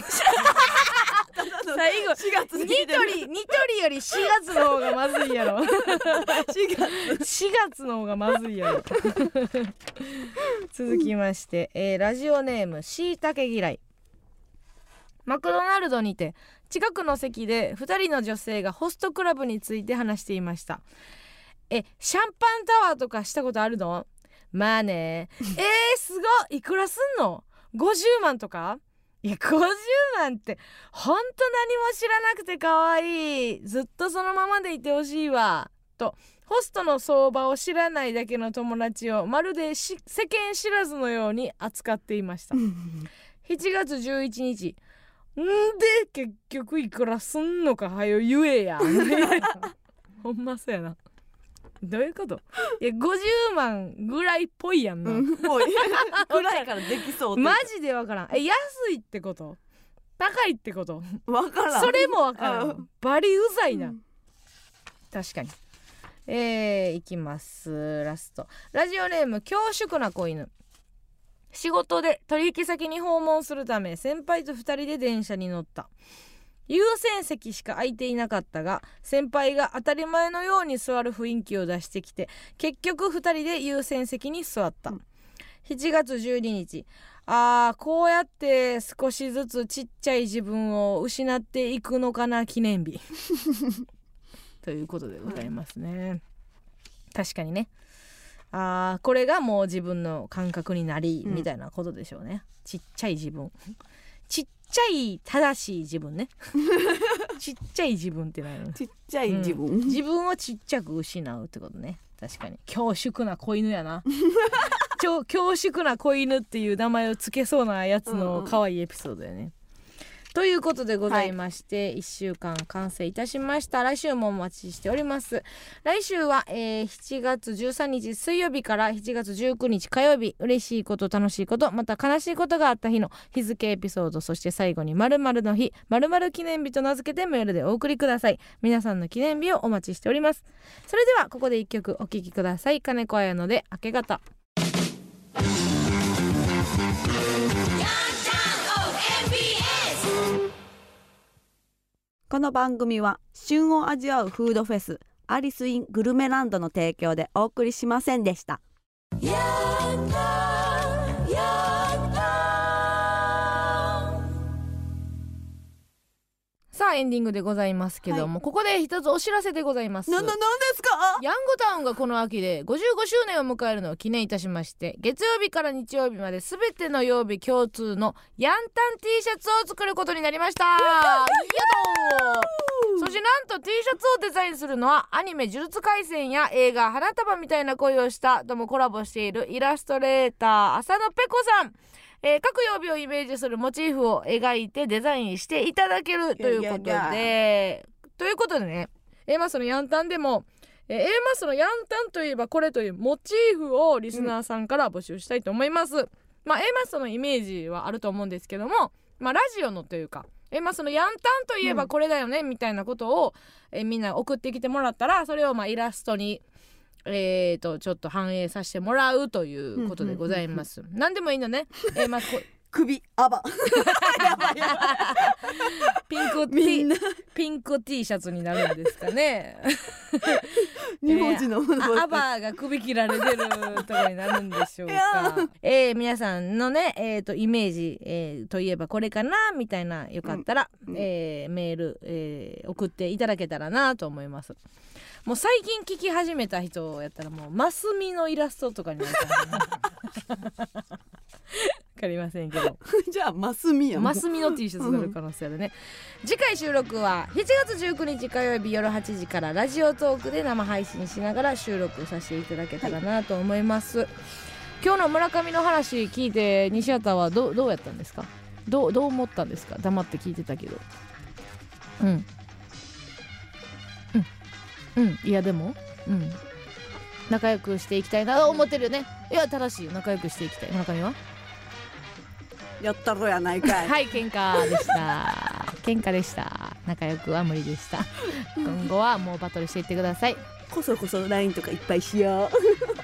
最後しがつニトリニトリよりしがつの方がまずいやろしがつしがつの方がまずいやろ続きまして、えー、ラジオネームしいたけ嫌い。マクドナルドにて近くの席でふたりの女性がホストクラブについて話していました。えシャンパンタワーとかしたことあるの。まあねえー、すごいいくらすんの。ごじゅうまんとか。いやごじゅうまんってほんと何も知らなくてかわいい。ずっとそのままでいてほしいわとホストの相場を知らないだけの友達をまるで世間知らずのように扱っていましたしちがつじゅういちにちんで結局いくらすんのかはよ言えやほんまそうやな。どういうこと。いやごじゅうまんぐらいっぽいやんな、うん、ぽいぐらいからできそうマジでわからん。え安いってこと高いってことわからん。 それもわからん。バリうざいな、うん、確かに。えー、いきますラストラジオネーム恐縮な子犬。仕事で取引先に訪問するため先輩とふたりで電車に乗った。優先席しか空いていなかったが先輩が当たり前のように座る雰囲気を出してきて結局ふたりで優先席に座った、うん、しちがつじゅうににちあーこうやって少しずつちっちゃい自分を失っていくのかな記念日ということでございますね、うん、確かにね。あーこれがもう自分の感覚になり、うん、みたいなことでしょうね。ちっちゃい自分ちっちゃい正しい自分ねちっちゃい自分ってないの？ ちっちゃい自分、 うん、自分をちっちゃく失うってことね。確かに恐縮な子犬やな超恐縮な子犬っていう名前をつけそうなやつの可愛いエピソードやね、うんうん、ということでございまして、はい、いっしゅうかん完成いたしました。来週もお待ちしております。来週は、えー、しちがつじゅうさんにち水曜日からしちがつじゅうくにち火曜日、嬉しいこと楽しいことまた悲しいことがあった日の日付エピソード、そして最後に〇〇の日〇〇記念日と名付けてメールでお送りください。皆さんの記念日をお待ちしております。それではここでいっきょくお聴きください。金子綾乃で明け方。 この番組は旬を味わうフードフェスアリスイングルメランドの提供でお送りしませんでした。やったやったさあエンディングでございますけども、はい、ここで一つお知らせでございます。 な、な、なんですか？ ヤングタウンがこの秋でごじゅうごしゅうねんを迎えるのを記念いたしまして、月曜日から日曜日まで全ての曜日共通のヤンタン T シャツを作ることになりました。やっそしてなんと T シャツをデザインするのはアニメ呪術廻戦や映画花束みたいな恋をしたともコラボしているイラストレーター浅野ペコさん、えー、各曜日をイメージするモチーフを描いてデザインしていただけるということで、いやいやいやということでね、 A マスのヤンタンでも、えー、A マスのヤンタンといえばこれというモチーフをリスナーさんから募集したいと思います、うん、まあ A マスのイメージはあると思うんですけども、まあラジオのというかえまあ、そのヤンタンといえばこれだよね、うん、みたいなことをえみんな送ってきてもらったら、それをまあイラストにえーとちょっと反映させてもらうということでございます。何でもいいのね。えー、まあこ首アバやばいやばいピンク T ピンク T シャツになるんですかね日本人のもの、 えー、アバが首切られてるとこになるんでしょうかえー、皆さんのね、えー、とイメージ、えー、といえばこれかなみたいな、よかったら、うんえー、メール、えー、送っていただけたらなと思います。もう最近聞き始めた人やったらもうマスミのイラストとかになるかもわかりませんけどじゃあマスミやマスミの T シャツになる可能性あるね、うん、次回収録はしちがつじゅうくにち火曜日夜はちじからラジオトークで生配信しながら収録させていただけたらなと思います、はい、今日の村上の話聞いて西畑はど う, どうやったんですか？ど う, どう思ったんですか？黙って聞いてたけどうんうんうんいやでもうん仲良くしていきたいなと思ってるよね。いや正しいよ、仲良くしていきたい。村上はやったろやないかいはい喧嘩でした喧嘩でした。仲良くは無理でした今後はもうバトルしていってください。 こそこそ ライン とかいっぱいしよう